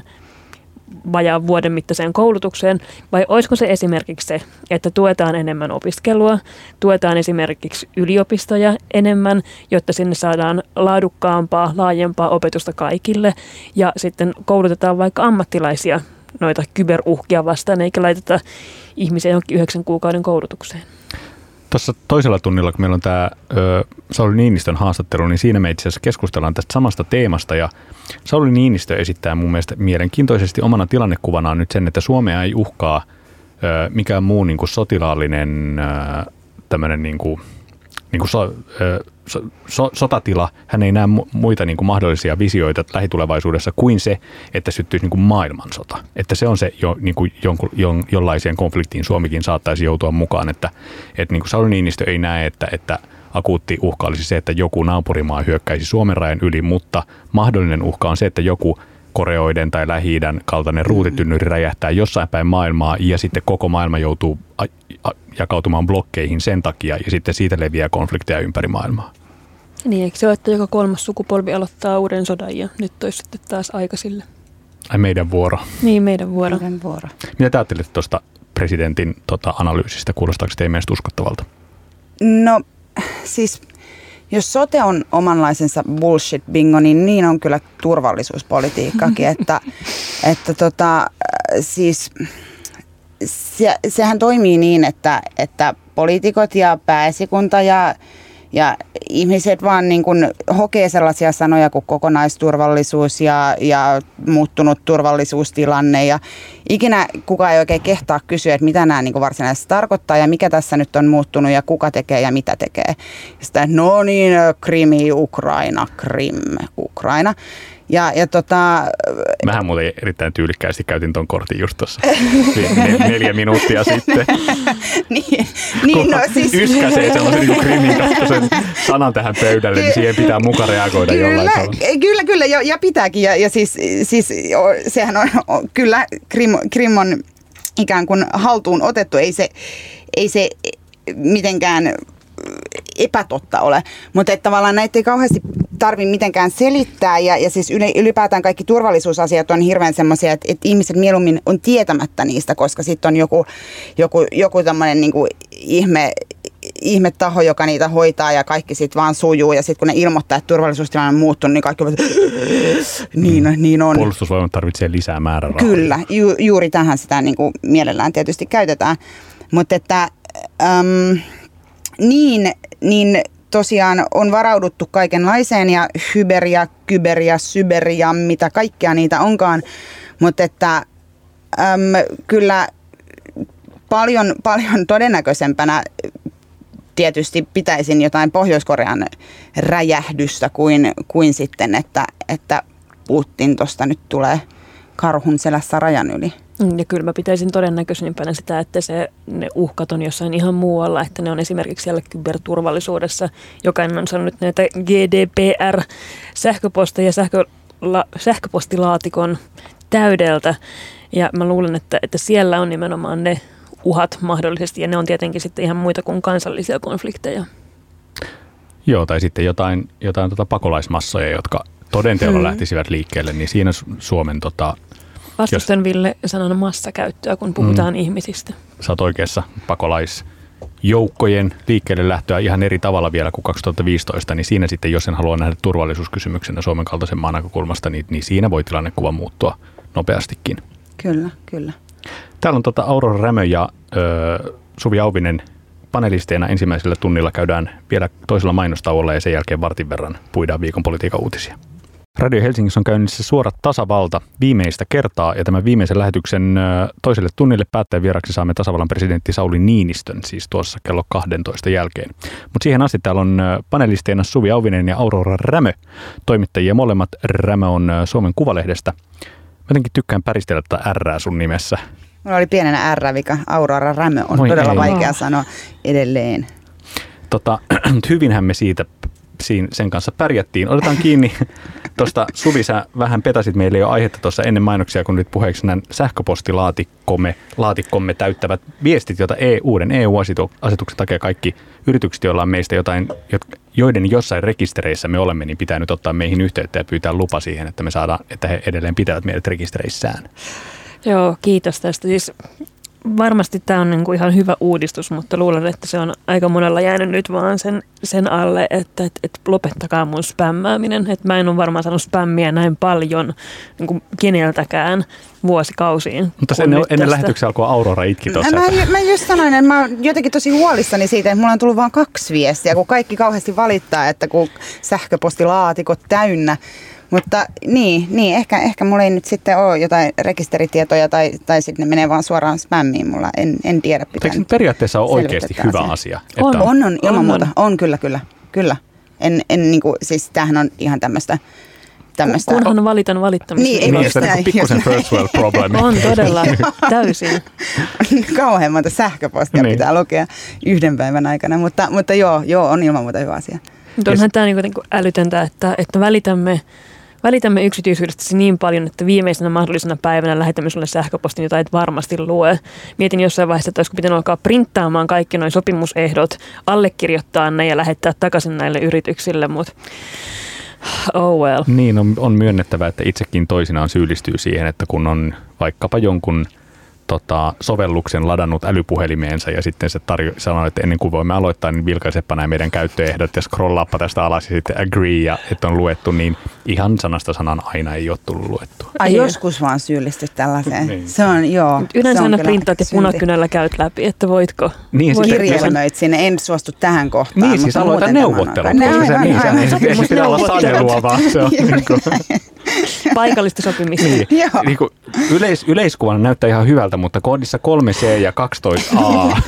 vajaan vuoden mittaiseen koulutukseen, vai olisiko se esimerkiksi se, että tuetaan enemmän opiskelua, tuetaan esimerkiksi yliopistoja enemmän, jotta sinne saadaan laadukkaampaa, laajempaa opetusta kaikille, ja sitten koulutetaan vaikka ammattilaisia noita kyberuhkia vastaan, eikä laiteta ihmisiä johonkin yhdeksän kuukauden koulutukseen. Tuossa toisella tunnilla, kun meillä on tämä ö, Sauli Niinistön haastattelu, niin siinä me itse asiassa keskustellaan tästä samasta teemasta. Ja Sauli Niinistö esittää mun mielestä mielenkiintoisesti omana tilannekuvanaan nyt sen, että Suomea ei uhkaa ö, mikään muu niin kuin sotilaallinen ö, tämmöinen niin kuin, niin kuin so, ö, so, so, sotatila. Hän ei näe muita niin kuin mahdollisia visioita lähitulevaisuudessa kuin se, että syttyisi niin kuin maailmansota. Että se on se, jo, niin kuin jonkun, jon, jollaiseen konfliktiin Suomikin saattaisi joutua mukaan. Että, että niin kuin Sauli Niinistö ei näe, että, että akuutti uhka olisi se, että joku naapurimaa hyökkäisi Suomen rajan yli, mutta mahdollinen uhka on se, että joku Koreoiden tai Lähi-idän kaltainen ruutitynnyri räjähtää jossain päin maailmaa ja sitten koko maailma joutuu a- a- jakautumaan blokkeihin sen takia ja sitten siitä leviää konflikteja ympäri maailmaa. Niin, eikö se ole, että joka kolmas sukupolvi aloittaa uuden sodan ja nyt olisi sitten taas aika sille? Ai meidän vuoro. Niin, meidän vuoro. Meidän vuoro. Mitä te ajattelet tuosta presidentin tota, analyysistä? Kuulostaako teidän mielestä uskottavalta? No siis... Jos sote on omanlaisensa bullshit-bingo, niin niin on kyllä turvallisuuspolitiikkakin, että, että tota, siis se, sehän toimii niin, että, että poliitikot ja pääesikunta ja, ja ihmiset vaan niin kuin hokee sellaisia sanoja kuin kokonaisturvallisuus ja, ja muuttunut turvallisuustilanne ja ikinä kukaan ei oikein kehtaa kysyä, että mitä nämä niin kuin varsinaisesti tarkoittaa ja mikä tässä nyt on muuttunut ja kuka tekee ja mitä tekee. Sitten, no niin, Krimi, Ukraina, Krim, Ukraina. Ja, ja tota... Mähän muuten erittäin tyylikkäästi käytin ton kortin just tuossa neljä minuuttia sitten. niin, niin no siis... Yskäsee sellaisen niin Krimin kattoisen sanan tähän pöydälle, niin siihen pitää muka reagoida kyllä, jollain tavalla. Kyllä, kyllä, ja, ja pitääkin. Ja, ja siis, siis sehän on, kyllä Krim, Krim on ikään kuin haltuun otettu. Ei se, ei se mitenkään epätotta ole, mutta että tavallaan näitä ei kauheasti tarvitse mitenkään selittää ja, ja siis ylipäätään kaikki turvallisuusasiat on hirveän semmoisia, että, että ihmiset mieluummin on tietämättä niistä, koska sitten on joku, joku, joku tämmöinen niin kuin ihme, ihme taho, joka niitä hoitaa ja kaikki sitten vaan sujuu ja sitten kun ne ilmoittaa, että turvallisuustilanne on muuttunut, niin kaikki ovat, niin, niin on. Puolustusvoimat tarvitsee lisää määrärahaa. Kyllä, ju, juuri tähän sitä niin kuin mielellään tietysti käytetään, mutta että äm, Niin, niin tosiaan on varauduttu kaikenlaiseen ja hyber ja kyber ja syber ja mitä kaikkea niitä onkaan, mutta että äm, kyllä paljon, paljon todennäköisempänä tietysti pitäisin jotain Pohjois-Korean räjähdystä kuin, kuin sitten, että, että Putin tuosta nyt tulee karhun selässä rajan yli. Ja kyllä mä pitäisin todennäköisimpänä sitä, että se, ne uhkat on jossain ihan muualla, että ne on esimerkiksi siellä kyberturvallisuudessa. Jokainen on sanonut näitä G D P R-sähköposteja sähköla, sähköpostilaatikon täydeltä. Ja mä luulen, että, että siellä on nimenomaan ne uhat mahdollisesti, ja ne on tietenkin sitten ihan muita kuin kansallisia konflikteja. Joo, tai sitten jotain, jotain tota pakolaismassoja, jotka todenteolla hmm. lähtisivät liikkeelle, niin siinä Suomen tota, Vastustan Ville sanan massakäyttöä, kun puhutaan mm. ihmisistä. Sä oot oikeassa. Pakolaisjoukkojen liikkeelle lähtöä ihan eri tavalla vielä kuin kaksituhattaviisitoista, niin siinä sitten, jos en halua nähdä turvallisuuskysymyksenä Suomen kaltaisen maan näkökulmasta, niin, niin siinä voi tilannekuva muuttua nopeastikin. Kyllä, kyllä. Täällä on tota Aurora Rämö ja ö, Suvi Auvinen panelisteina. Ensimmäisellä tunnilla käydään vielä toisella mainostauolla ja sen jälkeen vartin verran puidaan viikon politiikan uutisia. Radio Helsingissä on käynnissä Suora tasavalta viimeistä kertaa, ja tämän viimeisen lähetyksen toiselle tunnille päättäjän vieraksi saamme tasavallan presidentti Sauli Niinistön, siis tuossa kello kaksitoista jälkeen. Mutta siihen asti täällä on panelisteina Suvi Auvinen ja Aurora Rämö, toimittajia molemmat. Rämö on Suomen Kuvalehdestä. Mä jotenkin tykkään päristellä tätä R:ää sun nimessä. Mulla oli pienenä R-vika. Aurora Rämö on Moi todella ei. vaikea sanoa edelleen. Tota, hyvinhän me siitä sen kanssa pärjättiin. Otetaan kiinni tuosta, Suvi, sä vähän petasit meille jo aihetta tuossa ennen mainoksia, kun nyt puheeksi nämä sähköpostilaatikkomme laatikkomme täyttävät viestit, joita E U, uuden E U-asetuksen takia kaikki yritykset, joilla on meistä jotain, joiden jossain rekistereissä me olemme, niin pitää nyt ottaa meihin yhteyttä ja pyytää lupa siihen, että me saadaan, että he edelleen pitävät meidät rekistereissään. Joo, kiitos tästä. Siis varmasti tämä on niinku ihan hyvä uudistus, mutta luulen, että se on aika monella jäänyt nyt vaan sen, sen alle, että et, et lopettakaa mun spämmääminen. Et mä en ole varmaan saanut spämmiä näin paljon niinku keneltäkään vuosikausiin. Mutta sen ennen tästä lähetyksen alkoi Aurora itki tuossa. Mä, mä, mä just sanoin, että mä oon jotenkin tosi huolissani siitä, että mulla on tullut vain kaksi viestiä, kun kaikki kauheasti valittaa, että kun sähköpostilaatikot täynnä. Mutta niin, niin ehkä, ehkä mulla ei nyt sitten ole jotain rekisteritietoja tai, tai sitten ne menee vaan suoraan spämmiin. Mulla en, en tiedä. Pitää Eikö periaatteessa ole oikeasti hyvä asia? asia että on, on, on, ilman on, muuta. On. on kyllä, kyllä. kyllä. En, en, niin kuin, siis tämähän on ihan tämmöistä. Tämmöistä. Kunhan valitan valittamista. Niin, niin sitä niin pikkusen first world problem. On todella, täysin. Kauhean monta sähköpostia niin pitää lukea yhden päivän aikana, mutta, mutta joo, joo, on ilman muuta hyvä asia. Mutta onhan tämä niin älytöntä, että, että välitämme, välitämme yksityisyydestä niin paljon, että viimeisenä mahdollisena päivänä lähetämme sulle sähköpostin, jota et varmasti lue. Mietin jossain vaiheessa, että olisiko pitänyt alkaa printtaamaan kaikki nuo sopimusehdot, allekirjoittaa ne ja lähettää takaisin näille yrityksille, mutta oh well. Niin, on, on myönnettävä, että itsekin toisinaan syyllistyy siihen, että kun on vaikkapa jonkun tota, sovelluksen ladannut älypuhelimeensa ja sitten se tarjo- sanoo, että ennen kuin voimme aloittaa, niin vilkaisepa nämä meidän käyttöehdot ja scrollaappa tästä alas ja sitten agree ja että on luettu, niin ihan sanasta sanan aina ei ole tullut luettua. Ai joskus vaan syyllistyt tällaiseen. Niin. Se on, joo. Yleensä aina printtaat ja punakynällä käyt läpi, että voitko. Niin, voit kirjelmöit sinne, en suostu tähän kohtaan. Niin, siis aloita neuvottelut, koska se niin, se ei pitää olla sanelua, vaan se on paikallista sopimista. Niin, niin kuin yleis, yleiskuvana näyttää ihan hyvältä, mutta koodissa kolme C ja kaksitoista A.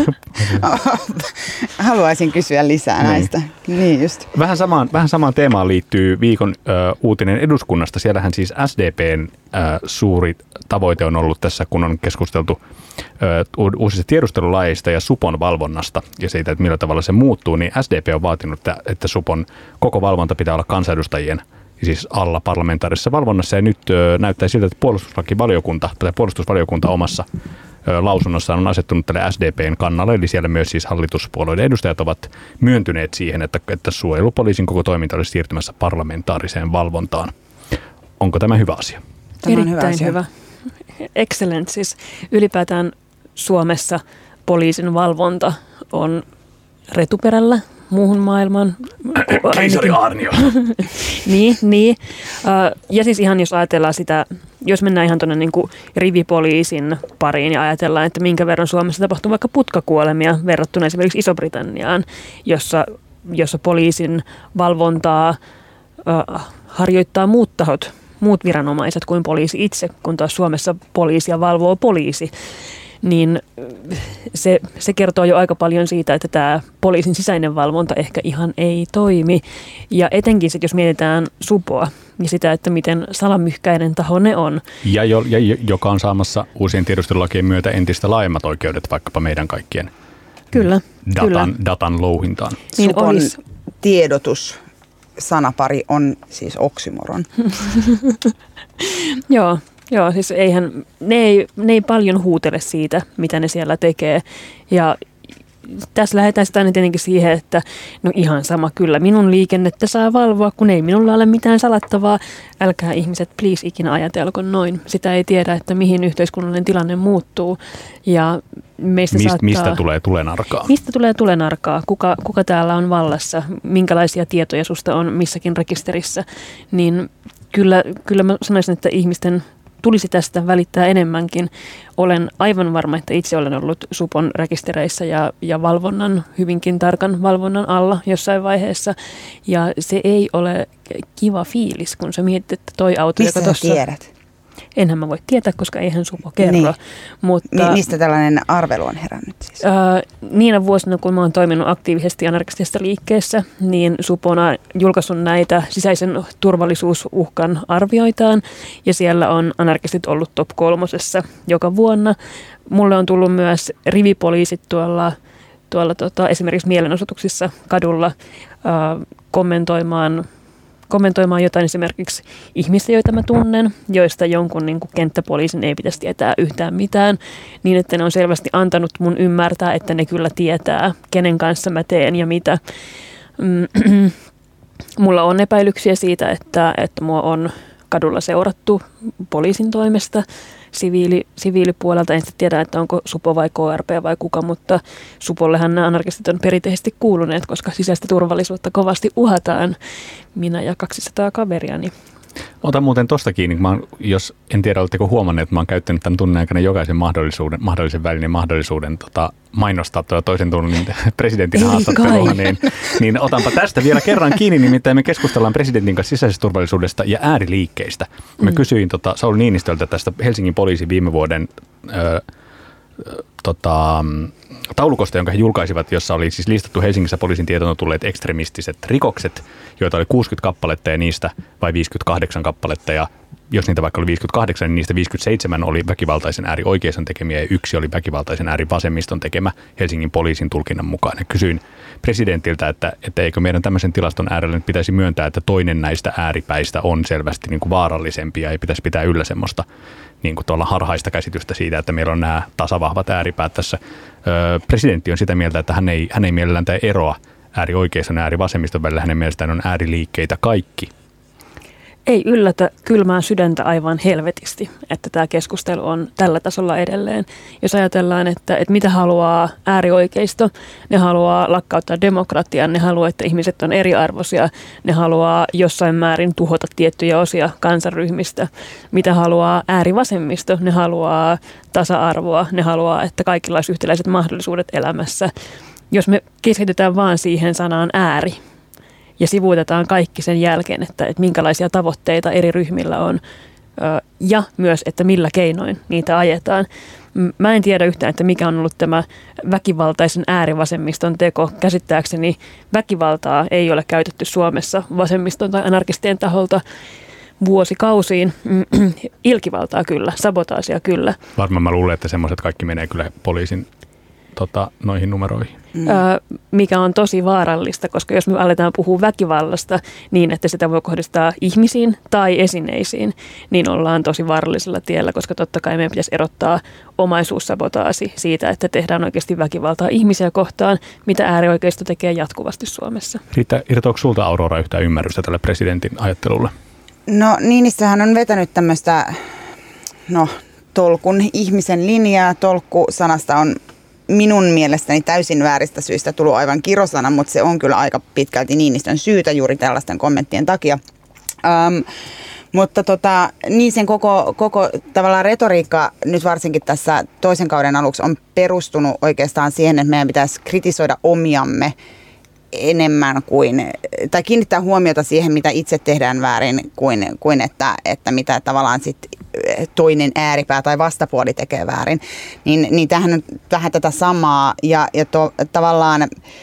Haluaisin kysyä lisää niin näistä. Niin just. Vähän samaan, vähän samaan teemaan liittyy viikon ö, uutinen eduskunnasta. Siellähän siis S D P:n ö, suuri tavoite on ollut tässä, kun on keskusteltu ö, uusista tiedustelulajeista ja supon valvonnasta ja siitä, että millä tavalla se muuttuu, niin S D P on vaatinut, että, että supon koko valvonta pitää olla kansanedustajien siis alla parlamentaarisessa valvonnassa, ja nyt ö, näyttää siltä, että puolustuslakivaliokunta tai puolustusvaliokunta omassa ö, lausunnossaan on asettunut tälle S D P:n kannalle, eli siellä myös siis hallituspuolueiden edustajat ovat myöntyneet siihen, että, että suojelupoliisin koko toiminta olisi siirtymässä parlamentaariseen valvontaan. Onko tämä hyvä asia? Tämä on Erittäin hyvä. hyvä. Excellent. Siis ylipäätään Suomessa poliisin valvonta on retuperällä muuhun maailmaan. Keisari Aarnio. niin, niin. Ja siis ihan jos ajatellaan sitä, jos mennään ihan tuonne niin kuin rivipoliisin pariin ja ajatellaan, että minkä verran Suomessa tapahtuu vaikka putkakuolemia verrattuna esimerkiksi Iso-Britanniaan, jossa, jossa poliisin valvontaa äh, harjoittaa muut tahot, muut viranomaiset kuin poliisi itse, kun taas Suomessa poliisia valvoo poliisi. Niin se, se kertoo jo aika paljon siitä, että tämä poliisin sisäinen valvonta ehkä ihan ei toimi. Ja etenkin sit, jos mietitään supoa ja sitä, että miten salamyhkäinen taho ne on. Ja, jo, ja joka on saamassa uusien tiedustelulakien myötä entistä laajemmat oikeudet vaikkapa meidän kaikkien kyllä, datan, kyllä. datan louhintaan. Niin supon olis tiedotus sanapari on siis oksimoron. Joo. Joo, siis eihän, ne ei, ne ei paljon huutele siitä, mitä ne siellä tekee. Ja tässä lähdetään sitä aina tietenkin siihen, että no ihan sama, kyllä minun liikennettä saa valvoa, kun ei minulla ole mitään salattavaa. Älkää ihmiset please ikinä ajatelko noin. Sitä ei tiedä, että mihin yhteiskunnallinen tilanne muuttuu. Ja meistä Mist, saattaa, mistä tulee tulenarkaa? Mistä tulee tulenarkaa? Kuka, kuka täällä on vallassa? Minkälaisia tietoja susta on missäkin rekisterissä? Niin kyllä, kyllä mä sanoisin, että ihmisten tulisi tästä välittää enemmänkin. Olen aivan varma, että itse olen ollut Supon rekistereissä ja, ja valvonnan, hyvinkin tarkan valvonnan alla jossain vaiheessa. Ja se ei ole kiva fiilis, kun sä mietit, että toi auto, mistä joka tuossa... tiedät? Enhän mä voi tietää, koska eihän Supo kerro. Niin. Mutta, Mi- mistä tällainen arvelu on herännyt siis? Ää, niinä vuosina, kun mä oon toiminut aktiivisesti anarkistisessa liikkeessä, niin Supo on julkaissut näitä sisäisen turvallisuusuhkan arvioitaan, ja siellä on anarkistit ollut top kolmosessa joka vuonna. Mulle on tullut myös rivipoliisit tuolla, tuolla tota, esimerkiksi mielenosoituksissa kadulla ää, kommentoimaan kommentoimaan jotain esimerkiksi ihmistä, joita mä tunnen, joista jonkun niin kuin kenttäpoliisin ei pitäisi tietää yhtään mitään, niin että ne on selvästi antanut mun ymmärtää, että ne kyllä tietää, kenen kanssa mä teen ja mitä. Mulla on epäilyksiä siitä, että, että mua on kadulla seurattu poliisin toimesta, siviili, siviilipuolelta. En tiedä, että onko Supo vai K R P vai kuka, mutta Supollehan nämä anarkistit on perinteisesti kuuluneet, koska sisäistä turvallisuutta kovasti uhataan. Minä ja kaksisataa kaveriani. Otan muuten tosta kiinni, mä oon, jos en tiedä, oletteko huomanneet, että mä oon käyttänyt tämän tunnin aikana jokaisen mahdollisuuden, mahdollisen välinen mahdollisuuden tota, mainostaa tuota toisen tunnin presidentin haastattelua, niin, niin otanpa tästä vielä kerran kiinni, nimittäin me keskustellaan presidentin kanssa sisäisestä turvallisuudesta ja ääriliikkeistä. Mä mm. kysyin tota, Sauli Niinistöltä tästä Helsingin poliisin viime vuoden ö, tota, taulukosta, jonka he julkaisivat, jossa oli siis listattu Helsingissä poliisin tietoon tulleet ekstremistiset rikokset, joita oli kuusikymmentä kappaletta ja niistä vai viisikymmentäkahdeksan kappaletta, ja jos niitä vaikka oli viisikymmentäkahdeksan, niin niistä viisikymmentäseitsemän oli väkivaltaisen äärioikeiston tekemiä ja yksi oli väkivaltaisen äärivasemmiston tekemä Helsingin poliisin tulkinnan mukaan. Ja kysyin presidentiltä, että, että eikö meidän tämmöisen tilaston äärellä nyt pitäisi myöntää, että toinen näistä ääripäistä on selvästi niin kuin vaarallisempi ja ei pitäisi pitää yllä semmoista niin kuin tuolla harhaista käsitystä siitä, että meillä on nämä tasavahvat ääripäät tässä. Öö, presidentti on sitä mieltä, että hän ei, hän ei mielellään tee eroa äärioikeiston ja äärivasemmiston välillä. Hänen mielestään on ääriliikkeitä kaikki. Ei yllätä kylmää sydäntä aivan helvetisti, että tämä keskustelu on tällä tasolla edelleen. Jos ajatellaan, että, että mitä haluaa äärioikeisto, ne haluaa lakkauttaa demokratian, ne haluaa, että ihmiset on eriarvoisia, ne haluaa jossain määrin tuhota tiettyjä osia kansanryhmistä. Mitä haluaa äärivasemmisto, ne haluaa tasa-arvoa, ne haluaa, että kaikilla olisi yhtäläiset mahdollisuudet elämässä. Jos me keskitytään vaan siihen sanaan ääri, ja sivuutetaan kaikki sen jälkeen, että, että minkälaisia tavoitteita eri ryhmillä on ja myös, että millä keinoin niitä ajetaan. Mä en tiedä yhtään, että mikä on ollut tämä väkivaltaisen äärivasemmiston teko. Käsittääkseni väkivaltaa ei ole käytetty Suomessa vasemmiston tai anarkistien taholta vuosikausiin. Ilkivaltaa kyllä, sabotaasia kyllä. Varmaan mä luulen, että semmoiset kaikki menee kyllä poliisin Tota, noihin numeroihin. Mm. Ö, mikä on tosi vaarallista, koska jos me aletaan puhua väkivallasta niin, että sitä voi kohdistaa ihmisiin tai esineisiin, niin ollaan tosi vaarallisella tiellä, koska totta kai meidän pitäisi erottaa omaisuussabotaasi siitä, että tehdään oikeasti väkivaltaa ihmisiä kohtaan, mitä äärioikeisto tekee jatkuvasti Suomessa. Riitta, irtoako sulta, Aurora, yhtään ymmärrystä tälle presidentin ajattelulle? No Niinistöhän on vetänyt tämmöistä no, tolkun ihmisen linjaa. Tolkku-sanasta on minun mielestäni täysin vääristä syistä tullut aivan kirosana, mutta se on kyllä aika pitkälti Niinistön syytä juuri tällaisten kommenttien takia. Ähm, mutta tota, niin sen koko, koko tavallaan retoriikka nyt varsinkin tässä toisen kauden aluksi on perustunut oikeastaan siihen, että meidän pitäisi kritisoida omiamme enemmän kuin, tai kiinnittää huomiota siihen, mitä itse tehdään väärin, kuin, kuin että, että mitä tavallaan sitten toinen ääripää tai vastapuoli tekee väärin. Niin, niin tämähän on vähän tätä samaa ja, ja to, tavallaan,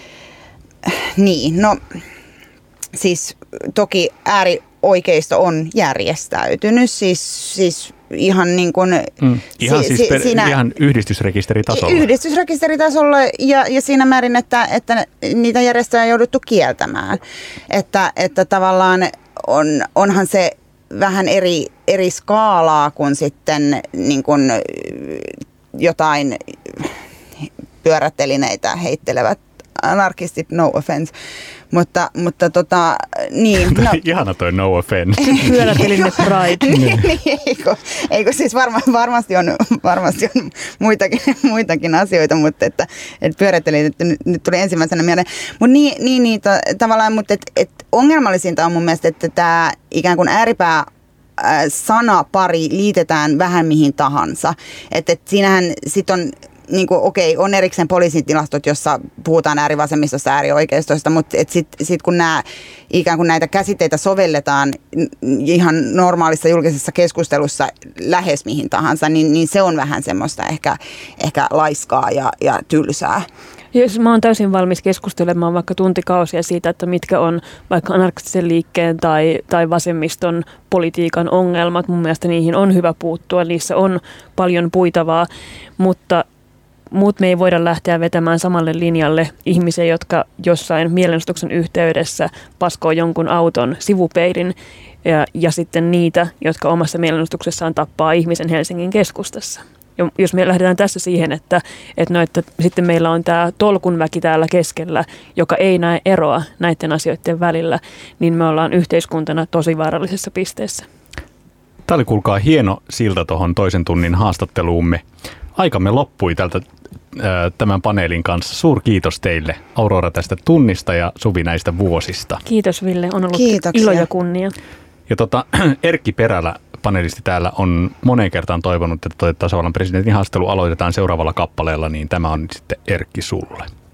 niin, no siis toki äärioikeisto on järjestäytynyt, siis, siis ihan niin kuin mm. ihan, si, siis per, siinä, ihan yhdistysrekisteritasolla. Yhdistysrekisteritasolla ja, ja siinä määrin, että, että niitä järjestöjä on jouduttu kieltämään. Että, että tavallaan on, onhan se vähän eri, eri skaalaa kuin sitten niin kuin jotain pyörätelineitä heittelevät anarkistit, no offense. Mutta, mutta tota, niin. No. Ihana toi no offense. Pyöräteline pride. niin, niin, eikö, eikö siis varma, varmasti on, varmasti on muitakin, muitakin asioita, mutta että, että pyörätelineet nyt, nyt tuli ensimmäisenä mieleen. Mutta niin, niin, niin to, tavallaan, mutta et, et ongelmallisinta on mun mielestä, että tämä ikään kuin ääripää sanapari liitetään vähän mihin tahansa. Että et siinähän sitten on niin kuin, okei, on erikseen poliisin tilastot, jossa puhutaan äärivasemmistosta, äärioikeistosta, mutta sitten sit kun nää, ikään kuin näitä käsitteitä sovelletaan ihan normaalissa julkisessa keskustelussa lähes mihin tahansa, niin, niin se on vähän semmoista ehkä, ehkä laiskaa ja, ja tylsää. Jos mä oon täysin valmis keskustelemaan vaikka tuntikausia siitä, että mitkä on vaikka anarkistisen liikkeen tai, tai vasemmiston politiikan ongelmat. Mun mielestä niihin on hyvä puuttua, niissä on paljon puitavaa, mutta muut me ei voida lähteä vetämään samalle linjalle ihmisiä, jotka jossain mielenosoituksen yhteydessä paskoo jonkun auton sivupeilin ja, ja sitten niitä, jotka omassa mielenosoituksessaan tappaa ihmisen Helsingin keskustassa. Ja jos me lähdetään tässä siihen, että, että, no, että sitten meillä on tämä tolkunväki täällä keskellä, joka ei näe eroa näiden asioiden välillä, niin me ollaan yhteiskuntana tosi vaarallisessa pisteessä. Tämä oli, kuulkaa, hieno silta tuohon toisen tunnin haastatteluumme. Aikamme loppui tältä tämän paneelin kanssa. Suurkiitos teille, Aurora, tästä tunnista ja Suvi näistä vuosista. Kiitos, Ville. On ollut Kiitoksia. Ilo ja kunnia. Ja tota, Erkki Perälä, panelisti täällä, on moneen kertaan toivonut, että tasavallan presidentin haastelu aloitetaan seuraavalla kappaleella, niin tämä on sitten Erkki sulle.